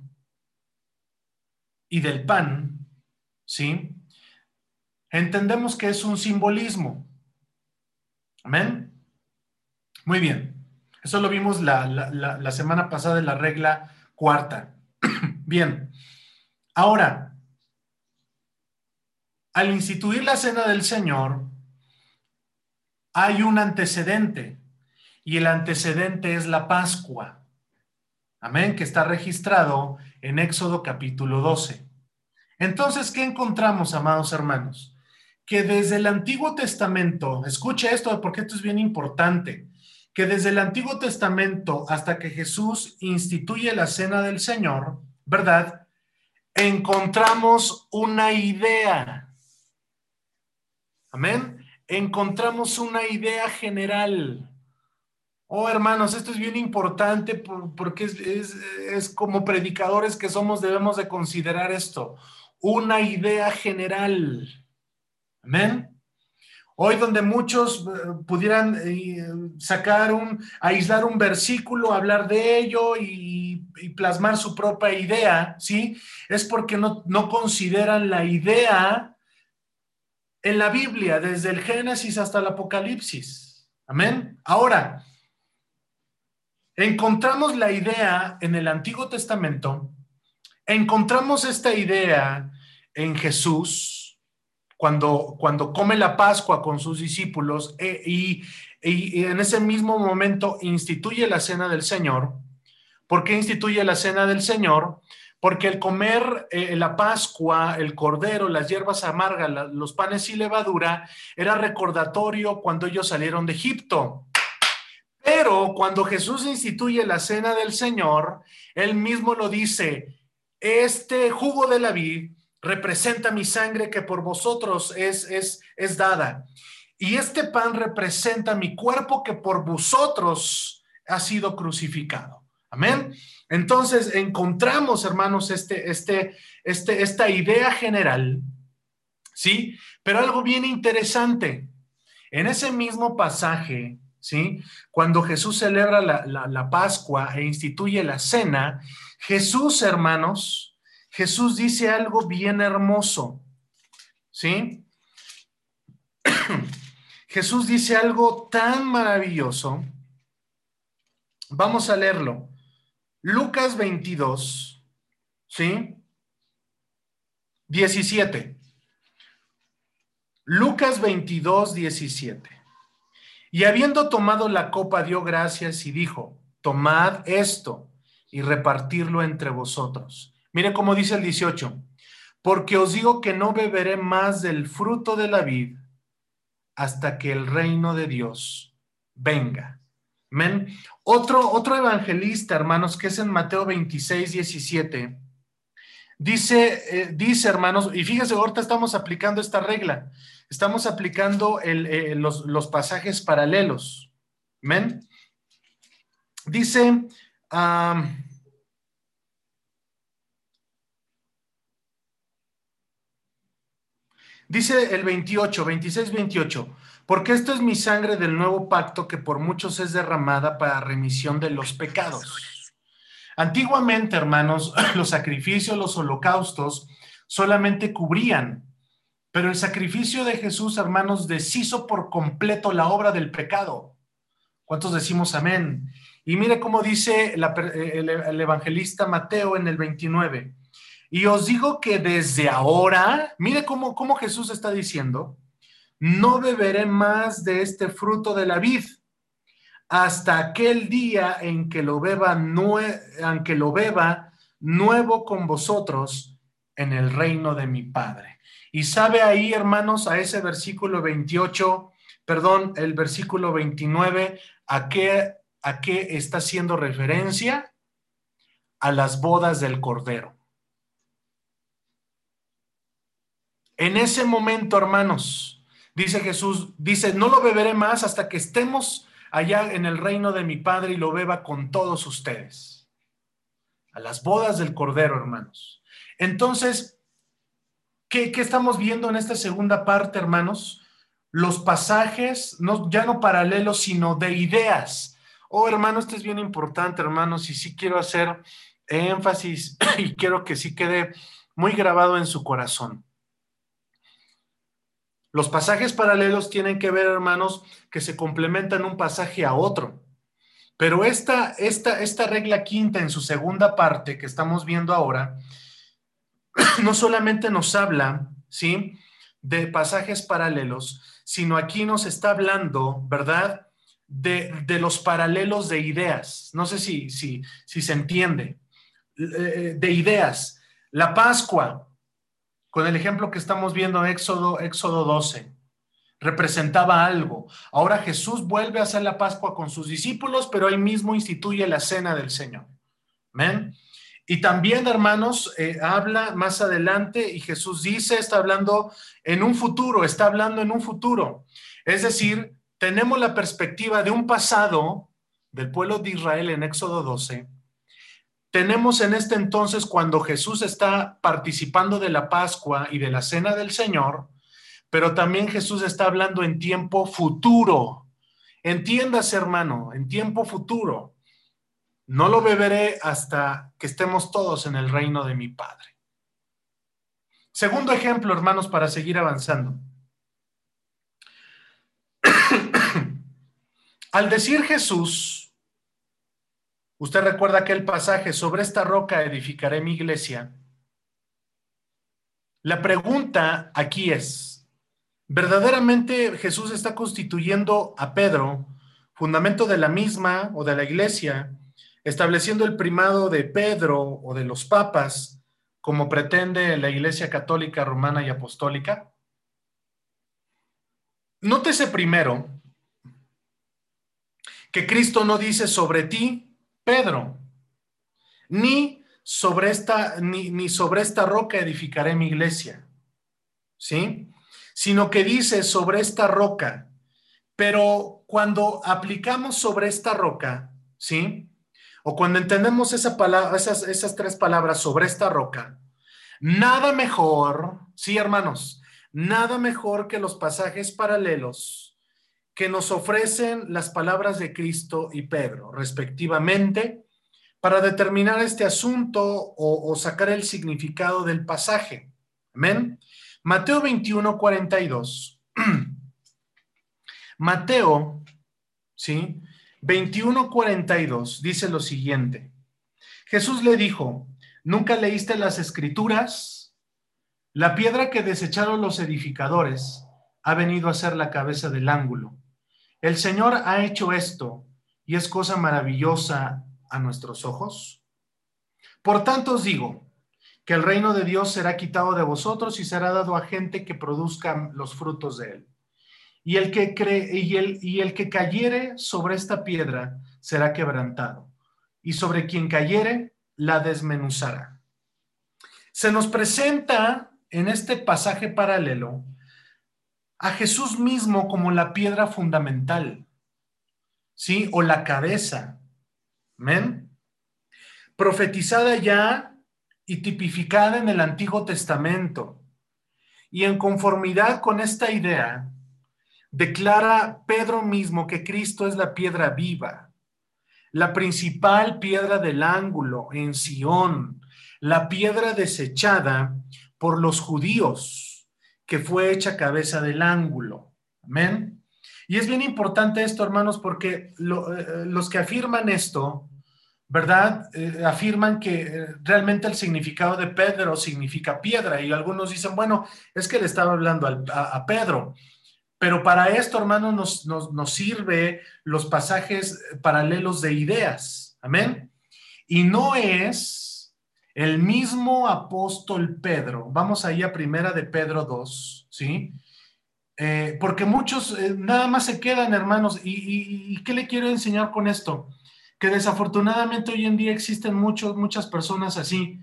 y del pan, ¿sí?, entendemos que es un simbolismo. ¿Amén? Muy bien. Eso lo vimos la, la, la, la semana pasada en la regla cuarta. Bien. Ahora, al instituir la cena del Señor, hay un antecedente, y el antecedente es la Pascua. Amén, que está registrado en Éxodo capítulo doce. Entonces, ¿qué encontramos, amados hermanos? Que desde el Antiguo Testamento, escuche esto porque esto es bien importante, que desde el Antiguo Testamento hasta que Jesús instituye la cena del Señor, ¿verdad?, encontramos una idea. Amén. Encontramos una idea general. Oh, hermanos, esto es bien importante porque es, es, es como predicadores que somos, debemos de considerar esto. Una idea general. Amén. Hoy donde muchos pudieran eh, sacar un, aislar un versículo, hablar de ello y, y plasmar su propia idea, ¿sí? Es porque no, no consideran la idea en la Biblia, desde el Génesis hasta el Apocalipsis. Amén. Ahora, encontramos la idea en el Antiguo Testamento, encontramos esta idea en Jesús, Cuando, cuando come la Pascua con sus discípulos eh, y, y, y en ese mismo momento instituye la cena del Señor. ¿Por qué instituye la cena del Señor? Porque el comer eh, la Pascua, el cordero, las hierbas amargas, la, los panes y levadura, era recordatorio cuando ellos salieron de Egipto. Pero cuando Jesús instituye la cena del Señor, él mismo lo dice, este jugo de la vid representa mi sangre que por vosotros es, es, es dada. Y este pan representa mi cuerpo que por vosotros ha sido crucificado. Amén. Entonces encontramos, hermanos, este, este, este, esta idea general, ¿sí? Pero algo bien interesante. En ese mismo pasaje, ¿sí?, cuando Jesús celebra la, la, la Pascua e instituye la cena, Jesús, hermanos, Jesús dice algo bien hermoso, ¿sí? Jesús dice algo tan maravilloso. Vamos a leerlo. Lucas veintidós, ¿sí? diecisiete. Lucas veintidós, diecisiete. Y habiendo tomado la copa, dio gracias y dijo, tomad esto y repartirlo entre vosotros. Mire cómo dice el dieciocho, porque os digo que no beberé más del fruto de la vid hasta que el reino de Dios venga. Amén. Otro, otro evangelista, hermanos, que es en Mateo veintiséis, diecisiete, dice, eh, dice, hermanos, y fíjense, ahorita estamos aplicando esta regla, estamos aplicando el, eh, los, los pasajes paralelos. Amén. Dice, um, Dice el veintiocho, veintiséis, veintiocho, porque esto es mi sangre del nuevo pacto que por muchos es derramada para remisión de los pecados. Antiguamente, hermanos, los sacrificios, los holocaustos solamente cubrían, pero el sacrificio de Jesús, hermanos, deshizo por completo la obra del pecado. ¿Cuántos decimos amén? Y mire cómo dice la, el, el evangelista Mateo en el veintinueve. Y os digo que desde ahora, mire cómo, cómo Jesús está diciendo, no beberé más de este fruto de la vid hasta aquel día en que lo beba, nue- en que lo beba nuevo con vosotros en el reino de mi Padre. Y sabe ahí, hermanos, a ese versículo veintiocho, perdón, el versículo veintinueve, ¿a qué, a qué está haciendo referencia? A las bodas del Cordero. En ese momento, hermanos, dice Jesús, dice, no lo beberé más hasta que estemos allá en el reino de mi Padre y lo beba con todos ustedes. A las bodas del Cordero, hermanos. Entonces, ¿qué, qué estamos viendo en esta segunda parte, hermanos? Los pasajes, no, ya no paralelos, sino de ideas. Oh, hermano, esto es bien importante, hermanos, y sí quiero hacer énfasis y quiero que sí quede muy grabado en su corazón. Los pasajes paralelos tienen que ver, hermanos, que se complementan un pasaje a otro. Pero esta, esta, esta regla quinta en su segunda parte que estamos viendo ahora, no solamente nos habla, ¿sí?, de pasajes paralelos, sino aquí nos está hablando, ¿verdad?, de, de los paralelos de ideas. No sé si, si, si se entiende. De ideas. La Pascua, con el ejemplo que estamos viendo en Éxodo, Éxodo doce, representaba algo. Ahora Jesús vuelve a hacer la Pascua con sus discípulos, pero ahí mismo instituye la cena del Señor. ¿Amén? Y también, hermanos, eh, habla más adelante y Jesús dice, está hablando en un futuro, está hablando en un futuro. Es decir, tenemos la perspectiva de un pasado del pueblo de Israel en Éxodo doce. Tenemos en este entonces cuando Jesús está participando de la Pascua y de la cena del Señor, pero también Jesús está hablando en tiempo futuro. Entiéndase, hermano, en tiempo futuro. No lo beberé hasta que estemos todos en el reino de mi Padre. Segundo ejemplo, hermanos, para seguir avanzando. Al decir Jesús, usted recuerda aquel pasaje, sobre esta roca edificaré mi iglesia. La pregunta aquí es, ¿verdaderamente Jesús está constituyendo a Pedro, fundamento de la misma o de la iglesia, estableciendo el primado de Pedro o de los papas, como pretende la Iglesia Católica, Romana y Apostólica? Nótese primero que Cristo no dice sobre ti, Pedro, ni sobre esta, ni, ni sobre esta roca edificaré mi iglesia, ¿sí? Sino que dice sobre esta roca. Pero cuando aplicamos sobre esta roca, ¿sí?, o cuando entendemos esa palabra, esas, esas tres palabras, sobre esta roca, nada mejor, sí, hermanos, nada mejor que los pasajes paralelos que nos ofrecen las palabras de Cristo y Pedro, respectivamente, para determinar este asunto o, o sacar el significado del pasaje. Amén. Mateo veintiuno, cuarenta y dos. Mateo, ¿sí?, veintiuno, cuarenta y dos, dice lo siguiente. Jesús le dijo, ¿nunca leíste las Escrituras? La piedra que desecharon los edificadores ha venido a ser la cabeza del ángulo. El Señor ha hecho esto y es cosa maravillosa a nuestros ojos. Por tanto os digo que el reino de Dios será quitado de vosotros y será dado a gente que produzca los frutos de él. Y el que cree, y el, y el que cayere sobre esta piedra será quebrantado, y sobre quien cayere la desmenuzará. Se nos presenta en este pasaje paralelo a Jesús mismo como la piedra fundamental, ¿sí?, o la cabeza. ¿Amén? Profetizada ya y tipificada en el Antiguo Testamento. Y en conformidad con esta idea, declara Pedro mismo que Cristo es la piedra viva, la principal piedra del ángulo en Sion, la piedra desechada por los judíos, que fue hecha cabeza del ángulo. Amén. Y es bien importante esto, hermanos, porque lo, eh, los que afirman esto, ¿verdad?, Eh, afirman que eh, realmente el significado de Pedro significa piedra, y algunos dicen, bueno, es que le estaba hablando al, a, a Pedro. Pero para esto, hermanos, nos, nos, nos sirve los pasajes paralelos de ideas. Amén. Y no es el mismo apóstol Pedro. Vamos ahí a primera de Pedro dos, ¿sí? Eh, porque muchos eh, nada más se quedan, hermanos. Y, y, ¿Y qué le quiero enseñar con esto? Que desafortunadamente hoy en día existen muchos, muchas personas así,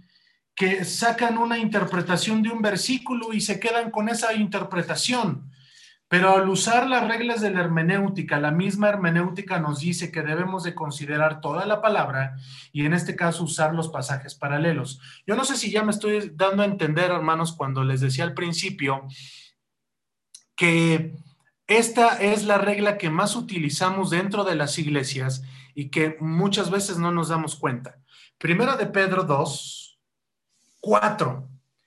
que sacan una interpretación de un versículo y se quedan con esa interpretación. Pero al usar las reglas de la hermenéutica, la misma hermenéutica nos dice que debemos de considerar toda la palabra y en este caso usar los pasajes paralelos. Yo no sé si ya me estoy dando a entender, hermanos, cuando les decía al principio que esta es la regla que más utilizamos dentro de las iglesias y que muchas veces no nos damos cuenta. Primera de Pedro dos, cuatro.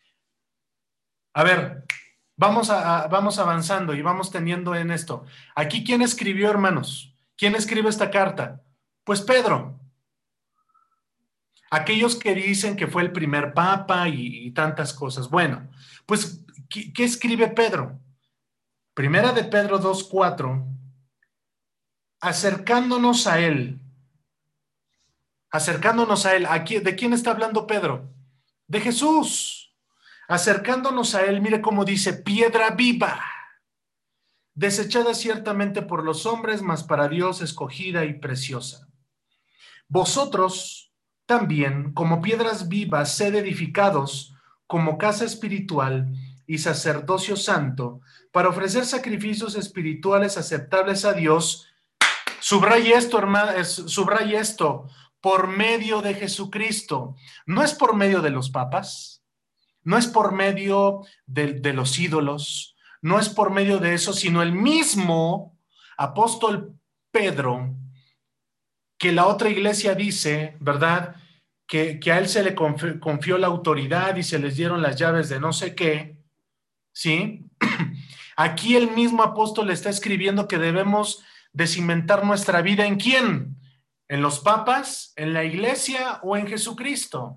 A ver, vamos, a, a, vamos avanzando y vamos teniendo en esto. Aquí, ¿quién escribió, hermanos? ¿Quién escribe esta carta? Pues Pedro. Aquellos que dicen que fue el primer papa y, y tantas cosas. Bueno, pues, ¿qué, qué escribe Pedro? Primera de Pedro dos, cuatro. Acercándonos a él. Acercándonos a él. Aquí, ¿de quién está hablando Pedro? De Jesús. Acercándonos a él, mire cómo dice, piedra viva, desechada ciertamente por los hombres, mas para Dios escogida y preciosa. Vosotros también, como piedras vivas, sed edificados como casa espiritual y sacerdocio santo, para ofrecer sacrificios espirituales aceptables a Dios. Subraya esto, hermano, subraya esto, por medio de Jesucristo. No es por medio de los papas, no es por medio de, de los ídolos, no es por medio de eso, sino el mismo apóstol Pedro, que la otra iglesia dice, ¿verdad?, que, que a él se le confió, confió la autoridad y se les dieron las llaves de no sé qué, ¿sí? Aquí el mismo apóstol está escribiendo que debemos de cimentar nuestra vida ¿en quién? ¿En los papas, en la iglesia o en Jesucristo?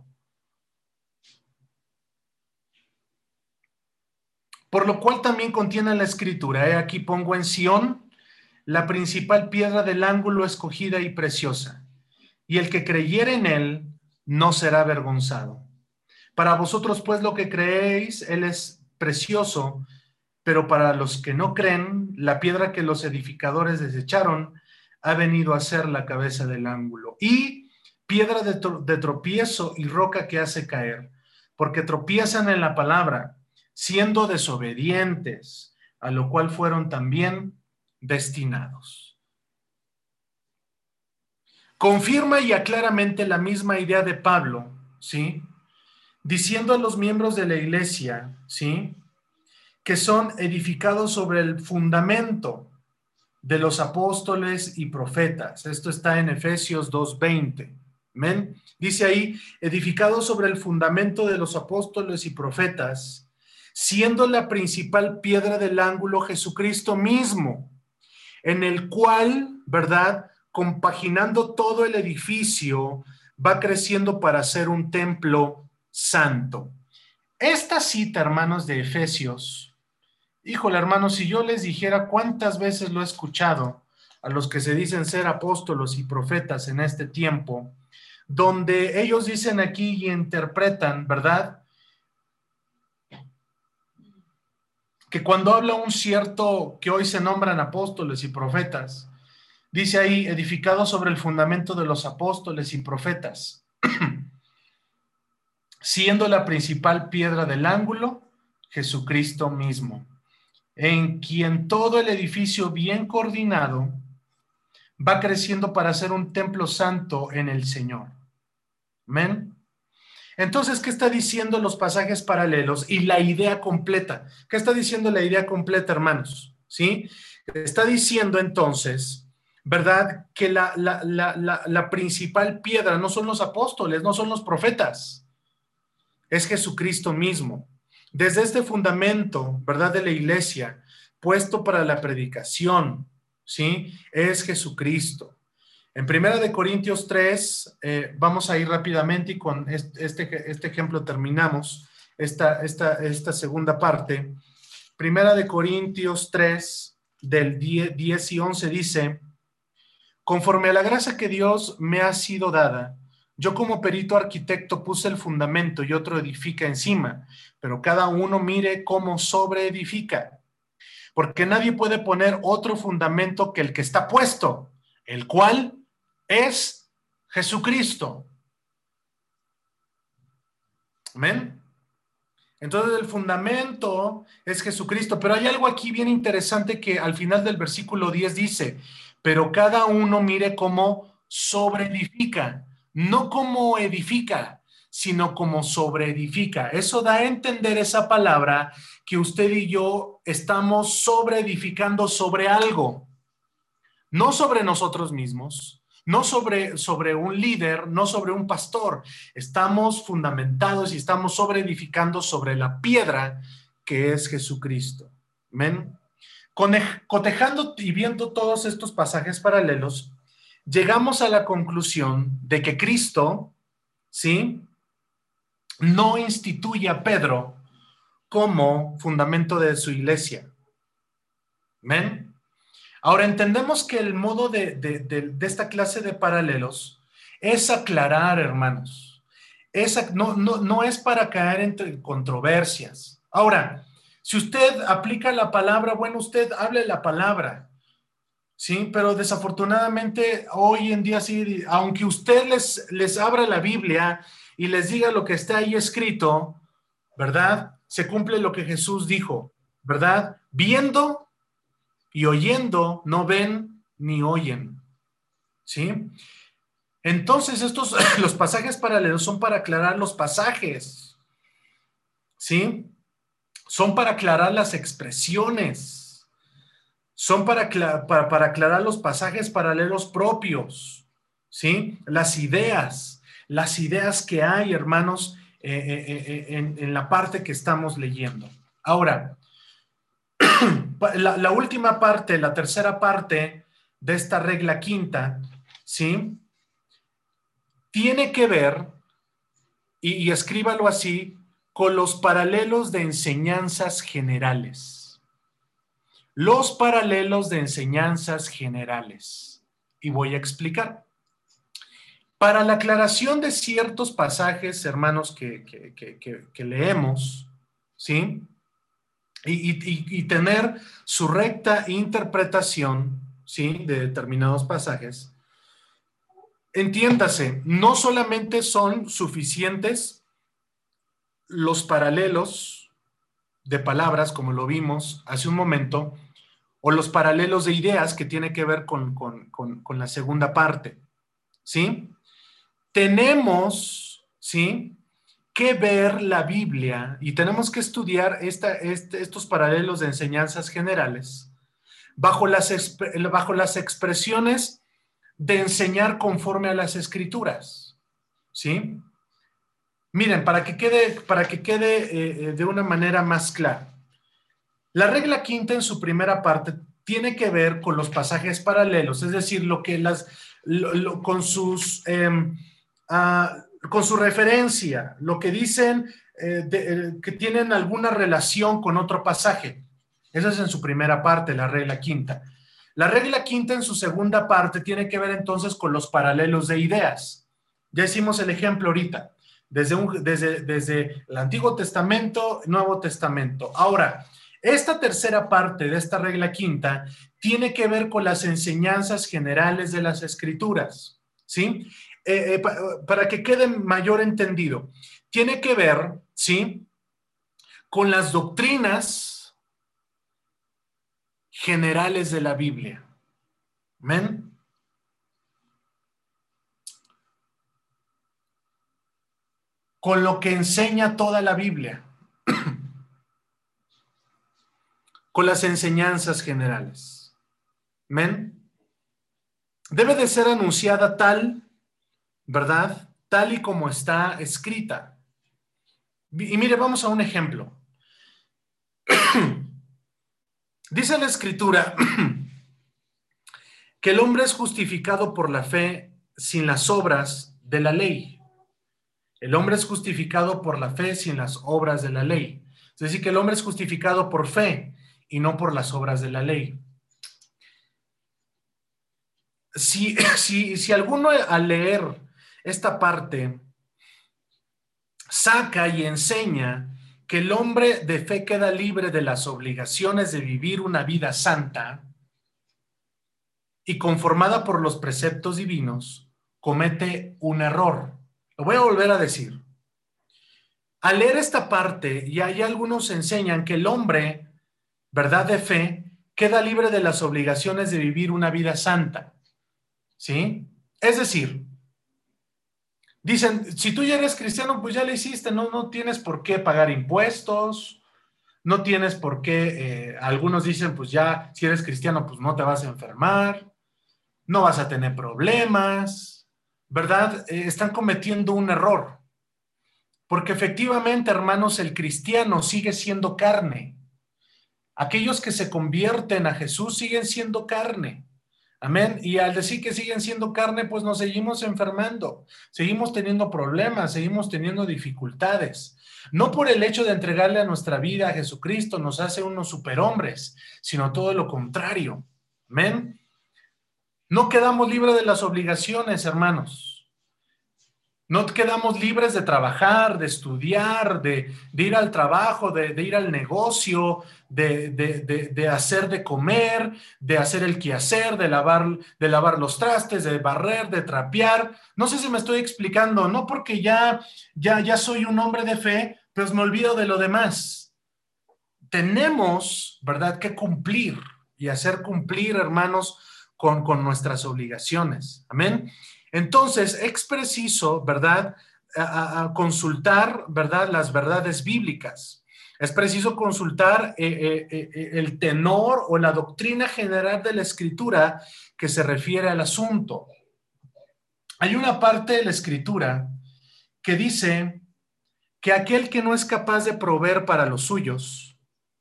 Por lo cual también contiene la escritura, ¿eh? Aquí pongo en Sión la principal piedra del ángulo escogida y preciosa, y el que creyere en él no será avergonzado. Para vosotros pues lo que creéis, él es precioso, pero para los que no creen, la piedra que los edificadores desecharon ha venido a ser la cabeza del ángulo, y piedra de, tro- de tropiezo y roca que hace caer, porque tropiezan en la palabra, siendo desobedientes, a lo cual fueron también destinados. Confirma ya claramente la misma idea de Pablo, ¿sí?, diciendo a los miembros de la iglesia, ¿sí?, que son edificados sobre el fundamento de los apóstoles y profetas. Esto está en Efesios dos veinte. ¿Amén? Dice ahí, edificados sobre el fundamento de los apóstoles y profetas, siendo la principal piedra del ángulo Jesucristo mismo, en el cual, ¿verdad?, compaginando todo el edificio, va creciendo para ser un templo santo. Esta cita, hermanos, de Efesios, híjole, hermanos, si yo les dijera cuántas veces lo he escuchado a los que se dicen ser apóstolos y profetas en este tiempo, donde ellos dicen aquí y interpretan, ¿verdad?, que cuando habla un cierto, que hoy se nombran apóstoles y profetas, dice ahí, edificados sobre el fundamento de los apóstoles y profetas, siendo la principal piedra del ángulo, Jesucristo mismo, en quien todo el edificio bien coordinado va creciendo para ser un templo santo en el Señor. ¿Amén? Entonces, ¿qué está diciendo los pasajes paralelos y la idea completa? ¿Qué está diciendo la idea completa, hermanos? ¿Sí? Está diciendo entonces, ¿verdad?, que la, la, la, la, la principal piedra no son los apóstoles, no son los profetas, es Jesucristo mismo. Desde este fundamento, ¿verdad?, de la iglesia, puesto para la predicación, ¿sí?, es Jesucristo. En Primera de Corintios tres, eh, vamos a ir rápidamente y con este, este, este ejemplo terminamos esta, esta, esta segunda parte. Primera de Corintios tres, del diez y once dice, conforme a la gracia que Dios me ha sido dada, yo como perito arquitecto puse el fundamento y otro edifica encima, pero cada uno mire cómo sobreedifica, porque nadie puede poner otro fundamento que el que está puesto, el cual es Jesucristo. Amén. Entonces el fundamento es Jesucristo, pero hay algo aquí bien interesante que al final del versículo diez dice, pero cada uno mire cómo sobreedifica, no como edifica, sino como sobreedifica. Eso da a entender esa palabra que usted y yo estamos sobreedificando sobre algo, no sobre nosotros mismos, no sobre, sobre un líder, no sobre un pastor. Estamos fundamentados y estamos sobreedificando sobre la piedra que es Jesucristo. Amén. Cotejando y viendo todos estos pasajes paralelos, llegamos a la conclusión de que Cristo, ¿sí?, no instituye a Pedro como fundamento de su iglesia. Amén. Ahora entendemos que el modo de, de, de, de esta clase de paralelos es aclarar, hermanos. Es, no, no, no es para caer entre controversias. Ahora, si usted aplica la palabra, bueno, usted hable la palabra, ¿sí? Pero desafortunadamente hoy en día sí, aunque usted les, les abra la Biblia y les diga lo que está ahí escrito, ¿verdad? Se cumple lo que Jesús dijo, ¿verdad? Viendo y oyendo, no ven ni oyen, ¿sí? Entonces estos, los pasajes paralelos son para aclarar los pasajes, ¿sí? Son para aclarar las expresiones, son para, para, para aclarar los pasajes paralelos propios, ¿sí? Las ideas, las ideas que hay, hermanos, eh, eh, eh, en, en la parte que estamos leyendo. Ahora, la, la última parte, la tercera parte de esta regla quinta, ¿sí?, tiene que ver, y, y escríbalo así, con los paralelos de enseñanzas generales. Los paralelos de enseñanzas generales. Y voy a explicar. Para la aclaración de ciertos pasajes, hermanos, que, que, que, que, que leemos, ¿sí?, y, y, y tener su recta interpretación, ¿sí?, de determinados pasajes, entiéndase, no solamente son suficientes los paralelos de palabras, como lo vimos hace un momento, o los paralelos de ideas que tiene que ver con, con, con, con la segunda parte, ¿sí? Tenemos, ¿sí?, que ver la Biblia y tenemos que estudiar esta, este, estos paralelos de enseñanzas generales bajo las, bajo las expresiones de enseñar conforme a las Escrituras, ¿sí? Miren, para que quede, para que quede eh, de una manera más clara, la regla quinta en su primera parte tiene que ver con los pasajes paralelos, es decir, lo que las, lo, lo, con sus, eh, uh, con su referencia, lo que dicen eh, de, eh, que tienen alguna relación con otro pasaje. Eso es en su primera parte, la regla quinta. La regla quinta en su segunda parte tiene que ver entonces con los paralelos de ideas. Ya hicimos el ejemplo ahorita, desde, un, desde, desde el Antiguo Testamento, Nuevo Testamento. Ahora, esta tercera parte de esta regla quinta tiene que ver con las enseñanzas generales de las Escrituras, ¿sí? Eh, eh, pa, para que quede mayor entendido, tiene que ver, ¿sí?, con las doctrinas generales de la Biblia. Amén. Con lo que enseña toda la Biblia. Con las enseñanzas generales. Amén. Debe de ser anunciada tal, ¿verdad?, tal y como está escrita. Y mire, vamos a un ejemplo. Dice la Escritura que el hombre es justificado por la fe sin las obras de la ley. El hombre es justificado por la fe sin las obras de la ley. Es decir, que el hombre es justificado por fe y no por las obras de la ley. Si, si, si alguno al leer esta parte saca y enseña que el hombre de fe queda libre de las obligaciones de vivir una vida santa y conformada por los preceptos divinos, comete un error. Lo voy a volver a decir. al leer esta parte, y hay algunos enseñan que el hombre, ¿verdad?, de fe, queda libre de las obligaciones de vivir una vida santa, ¿sí? Es decir, dicen, si tú ya eres cristiano, pues ya lo hiciste, no, no tienes por qué pagar impuestos, no tienes por qué, eh, algunos dicen, pues ya, si eres cristiano, pues no te vas a enfermar, no vas a tener problemas, ¿verdad? Eh, están cometiendo un error, porque efectivamente, hermanos, el cristiano sigue siendo carne. Aquellos que se convierten a Jesús siguen siendo carne. Amén. Y al decir que siguen siendo carne, pues nos seguimos enfermando, seguimos teniendo problemas, seguimos teniendo dificultades. No por el hecho de entregarle a nuestra vida a Jesucristo nos hace unos superhombres, sino todo lo contrario. Amén. No quedamos libres de las obligaciones, hermanos. No quedamos libres de trabajar, de estudiar, de, de ir al trabajo, de, de ir al negocio, de, de, de, de hacer de comer, de hacer el quehacer, de lavar, de lavar los trastes, de barrer, de trapear. No sé si me estoy explicando, no porque ya, ya, ya soy un hombre de fe, pues me olvido de lo demás. Tenemos, ¿verdad?, que cumplir y hacer cumplir, hermanos, con, con nuestras obligaciones. Amén. Entonces, es preciso, ¿verdad?, a, a consultar, ¿verdad?, las verdades bíblicas. Es preciso consultar eh, eh, eh, el tenor o la doctrina general de la Escritura que se refiere al asunto. Hay una parte de la Escritura que dice que aquel que no es capaz de proveer para los suyos,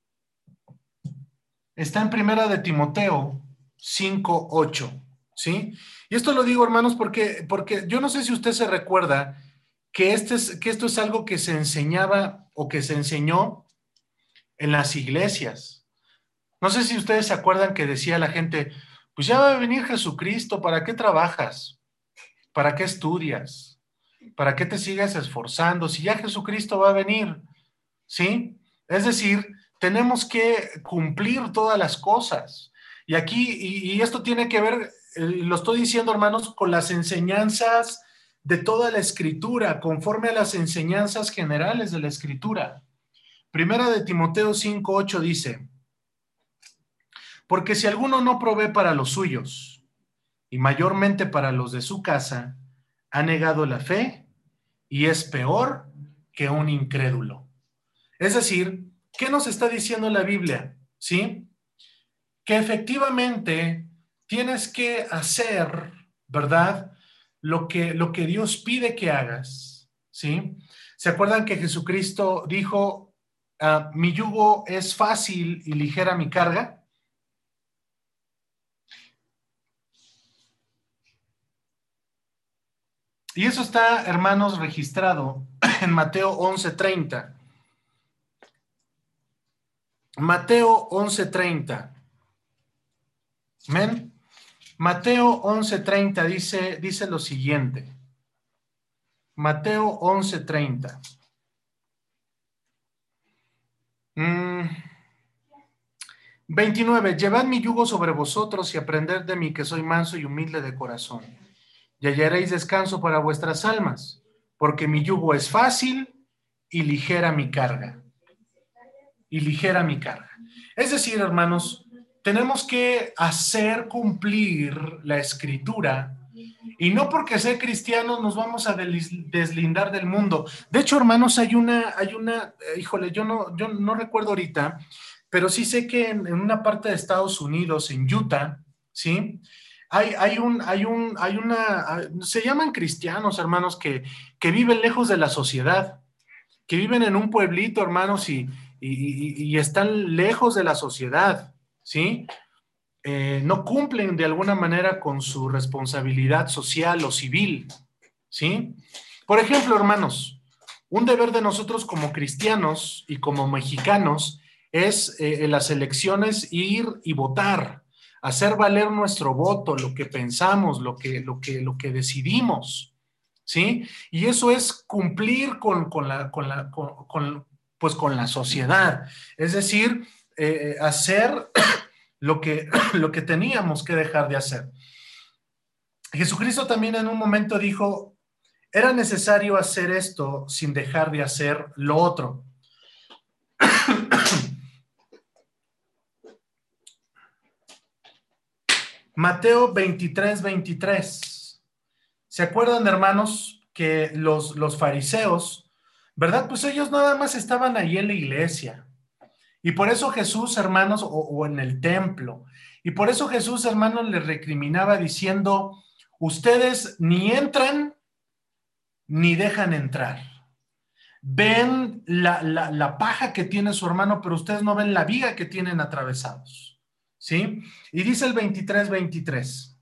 está en Primera de Timoteo cinco, ocho, ¿sí? Y esto lo digo, hermanos, porque, porque yo no sé si usted se recuerda que, este es, que esto es algo que se enseñaba o que se enseñó en las iglesias. No sé si ustedes se acuerdan que decía la gente, pues ya va a venir Jesucristo, ¿para qué trabajas? ¿Para qué estudias? ¿Para qué te sigas esforzando? Si ya Jesucristo va a venir, ¿sí? Es decir, tenemos que cumplir todas las cosas. Y aquí, y, y esto tiene que ver, eh, lo estoy diciendo, hermanos, con las enseñanzas de toda la Escritura, conforme a las enseñanzas generales de la Escritura. Primera de Timoteo cinco, ocho dice, porque si alguno no provee para los suyos, y mayormente para los de su casa, ha negado la fe y es peor que un incrédulo. Es decir, ¿qué nos está diciendo la Biblia? ¿Sí? Que efectivamente tienes que hacer, ¿verdad?, Lo que, lo que Dios pide que hagas, ¿sí? ¿Se acuerdan que Jesucristo dijo, uh, mi yugo es fácil y ligera mi carga? Y eso está, hermanos, registrado en Mateo once treinta. Mateo once treinta. Amén. Mateo once treinta dice, dice lo siguiente. Mateo once treinta. Mm. veintinueve. Llevad mi yugo sobre vosotros y aprended de mí, que soy manso y humilde de corazón, y hallaréis descanso para vuestras almas, porque mi yugo es fácil y ligera mi carga. Y ligera mi carga. Es decir, hermanos, tenemos que hacer cumplir la Escritura, y no porque ser cristianos nos vamos a deslindar del mundo. De hecho, hermanos, hay una, hay una, híjole, yo no, yo no recuerdo ahorita, pero sí sé que en, en una parte de Estados Unidos, en Utah, ¿sí? Hay, hay un, hay un, hay una, se llaman cristianos, hermanos, que, que viven lejos de la sociedad, que viven en un pueblito, hermanos, y, y, y, y están lejos de la sociedad, ¿sí? Eh, no cumplen de alguna manera con su responsabilidad social o civil, ¿sí? Por ejemplo, hermanos, un deber de nosotros como cristianos y como mexicanos es eh, en las elecciones ir y votar, hacer valer nuestro voto, lo que pensamos, lo que, lo que, lo que decidimos, ¿sí? Y eso es cumplir con, con, la, con, la, con, con, pues con la sociedad, es decir, eh, hacer lo que, lo que teníamos que dejar de hacer. Jesucristo también en un momento dijo, Era necesario hacer esto sin dejar de hacer lo otro. Mateo veintitrés, veintitrés. ¿Se acuerdan, hermanos, que los, los fariseos, verdad? Pues ellos nada más estaban ahí en la iglesia. Y por eso Jesús, hermanos, o, o en el templo, y por eso Jesús, hermanos, les recriminaba diciendo, ustedes ni entran ni dejan entrar. Ven la, la, la paja que tiene su hermano, pero ustedes no ven la viga que tienen atravesados. ¿Sí? Y dice el veintitrés, veintitrés.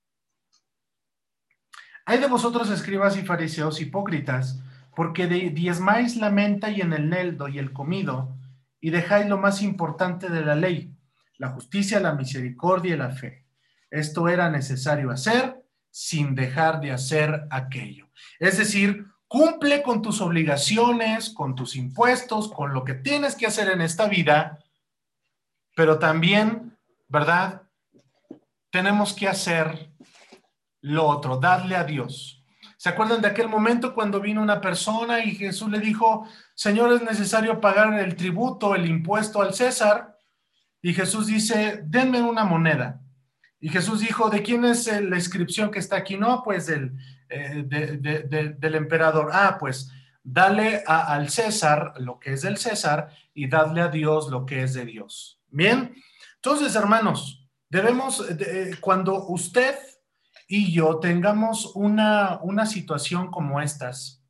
Hay de vosotros, escribas y fariseos hipócritas, porque de, diezmáis la menta y en el neldo y el comido, y dejáis lo más importante de la ley, la justicia, la misericordia y la fe. Esto era necesario hacer sin dejar de hacer aquello. Es decir, cumple con tus obligaciones, con tus impuestos, con lo que tienes que hacer en esta vida, pero también, ¿verdad? Tenemos que hacer lo otro, darle a Dios. ¿Se acuerdan de aquel momento cuando vino una persona y Jesús le dijo, Señor, es necesario pagar el tributo, el impuesto al César? Y Jesús dice, denme una moneda. Y Jesús dijo, ¿de quién es la inscripción que está aquí? No, pues del, eh, de, de, de, del emperador. Ah, pues dale a, al César lo que es del César y dadle a Dios lo que es de Dios. Bien, entonces, hermanos, debemos, de, cuando usted y yo tengamos una, una situación como estas,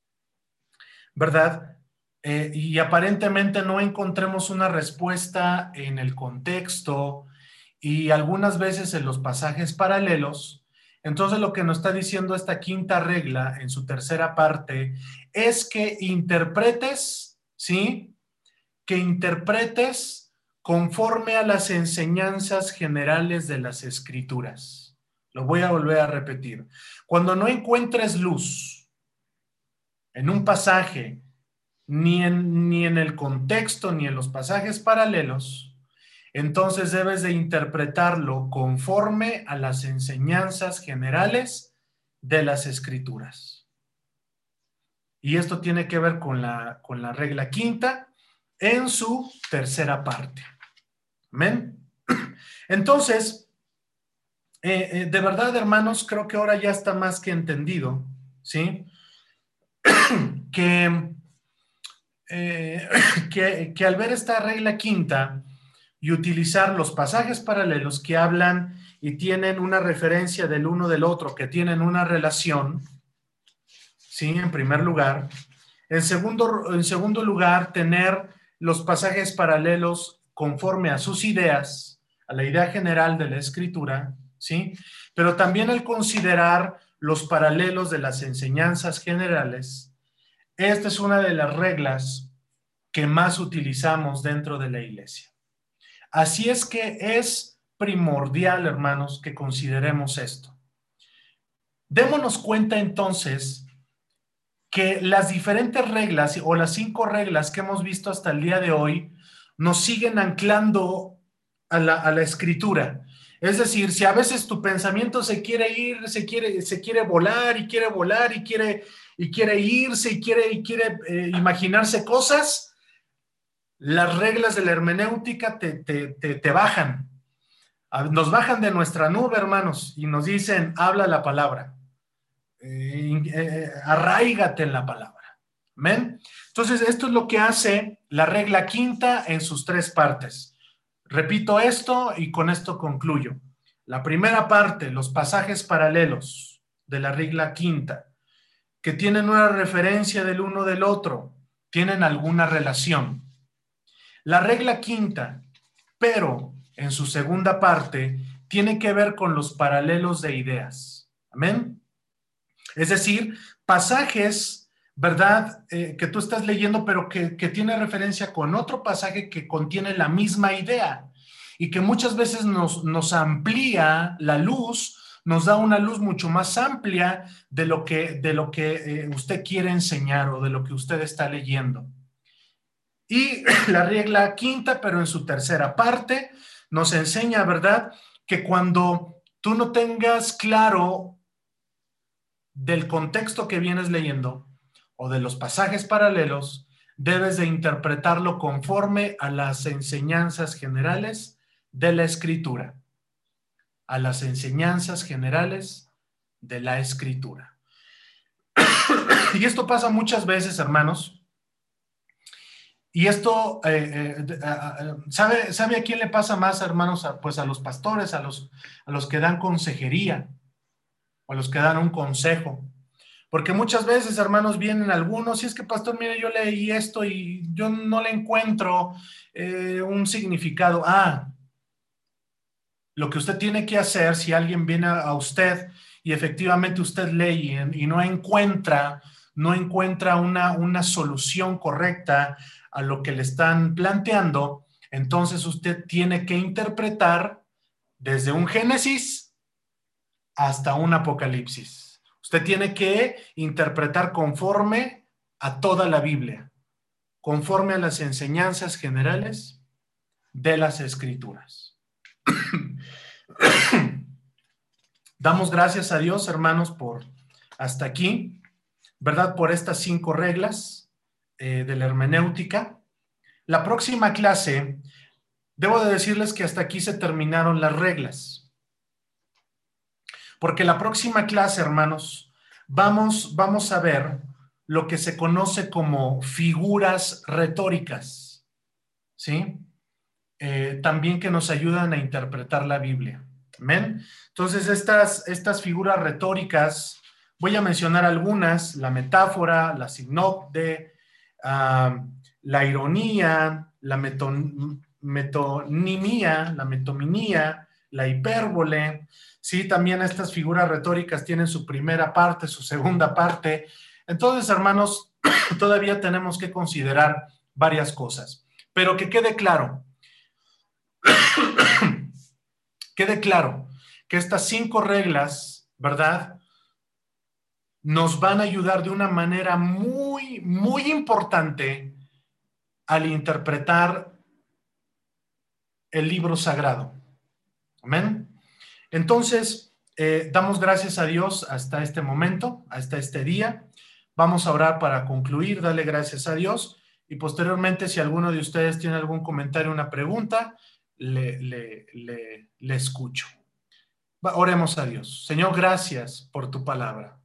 ¿verdad? Eh, y aparentemente no encontremos una respuesta en el contexto y algunas veces en los pasajes paralelos, entonces lo que nos está diciendo esta quinta regla en su tercera parte es que interpretes, ¿sí? Que interpretes conforme a las enseñanzas generales de las Escrituras. Lo voy a volver a repetir. Cuando no encuentres luz en un pasaje, ni en, ni en el contexto, ni en los pasajes paralelos, entonces debes de interpretarlo conforme a las enseñanzas generales de las Escrituras. Y esto tiene que ver con la, con la regla quinta en su tercera parte. ¿Amén? Entonces, eh, eh, de verdad, hermanos, creo que ahora ya está más que entendido, ¿sí? que, eh, que, que al ver esta regla quinta y utilizar los pasajes paralelos que hablan y tienen una referencia del uno del otro, que tienen una relación, ¿sí? En primer lugar. En segundo, en segundo lugar, tener los pasajes paralelos conforme a sus ideas, a la idea general de la Escritura, ¿sí? Pero también el considerar los paralelos de las enseñanzas generales. Esta es una de las reglas que más utilizamos dentro de la iglesia. Así es que es primordial, hermanos, que consideremos esto. Démonos cuenta entonces que las diferentes reglas o las cinco reglas que hemos visto hasta el día de hoy nos siguen anclando a la, a la Escritura. Es decir, si a veces tu pensamiento se quiere ir, se quiere, se quiere volar y quiere volar y quiere, y quiere irse y quiere, y quiere eh, imaginarse cosas, las reglas de la hermenéutica te, te, te, te bajan. Nos bajan de nuestra nube, hermanos, y nos dicen, habla la palabra. Eh, eh, arráigate en la palabra. ¿Amén? Entonces, esto es lo que hace la regla quinta en sus tres partes. Repito esto y con esto concluyo. La primera parte, los pasajes paralelos de la regla quinta, que tienen una referencia del uno del otro, tienen alguna relación. La regla quinta, pero en su segunda parte, tiene que ver con los paralelos de ideas. ¿Amén? Es decir, pasajes, ¿verdad? Eh, que tú estás leyendo, pero que, que tiene referencia con otro pasaje que contiene la misma idea y que muchas veces nos, nos amplía la luz, nos da una luz mucho más amplia de lo que, de lo que eh, usted quiere enseñar o de lo que usted está leyendo. Y la regla quinta, pero en su tercera parte, nos enseña, ¿verdad?, que cuando tú no tengas claro del contexto que vienes leyendo o de los pasajes paralelos, debes de interpretarlo conforme a las enseñanzas generales de la Escritura. A las enseñanzas generales de la Escritura. Y esto pasa muchas veces, hermanos. Y esto, eh, eh, eh, ¿sabe, ¿sabe a quién le pasa más, hermanos? A, pues a los pastores, a los, a los que dan consejería, o a los que dan un consejo. Porque muchas veces, hermanos, vienen algunos, y es que, pastor, mire, yo leí esto y yo no le encuentro eh, un significado. Ah, lo que usted tiene que hacer, si alguien viene a usted y efectivamente usted lee y, y no encuentra, no encuentra una, una solución correcta a lo que le están planteando, entonces usted tiene que interpretar desde un Génesis hasta un Apocalipsis. Usted tiene que interpretar conforme a toda la Biblia, conforme a las enseñanzas generales de las Escrituras. Damos gracias a Dios, hermanos, por hasta aquí, ¿verdad? Por estas cinco reglas eh, de la hermenéutica. La próxima clase, debo de decirles que hasta aquí se terminaron las reglas. Porque la próxima clase, hermanos, vamos, vamos a ver lo que se conoce como figuras retóricas, ¿sí? Eh, también que nos ayudan a interpretar la Biblia. ¿Amén? Entonces, estas, estas figuras retóricas, voy a mencionar algunas: la metáfora, la sinopte, uh, la ironía, la meton, metonimia, la metominía, la hipérbole. Sí, también estas figuras retóricas tienen su primera parte, su segunda parte. Entonces, hermanos, todavía tenemos que considerar varias cosas. Pero que quede claro, quede claro que estas cinco reglas, ¿verdad?, nos van a ayudar de una manera muy, muy importante al interpretar el libro sagrado. Amén. Entonces, eh, damos gracias a Dios hasta este momento, hasta este día. Vamos a orar para concluir, darle gracias a Dios, y posteriormente, si alguno de ustedes tiene algún comentario, una pregunta, le, le, le, le escucho. Oremos a Dios. Señor, gracias por tu palabra.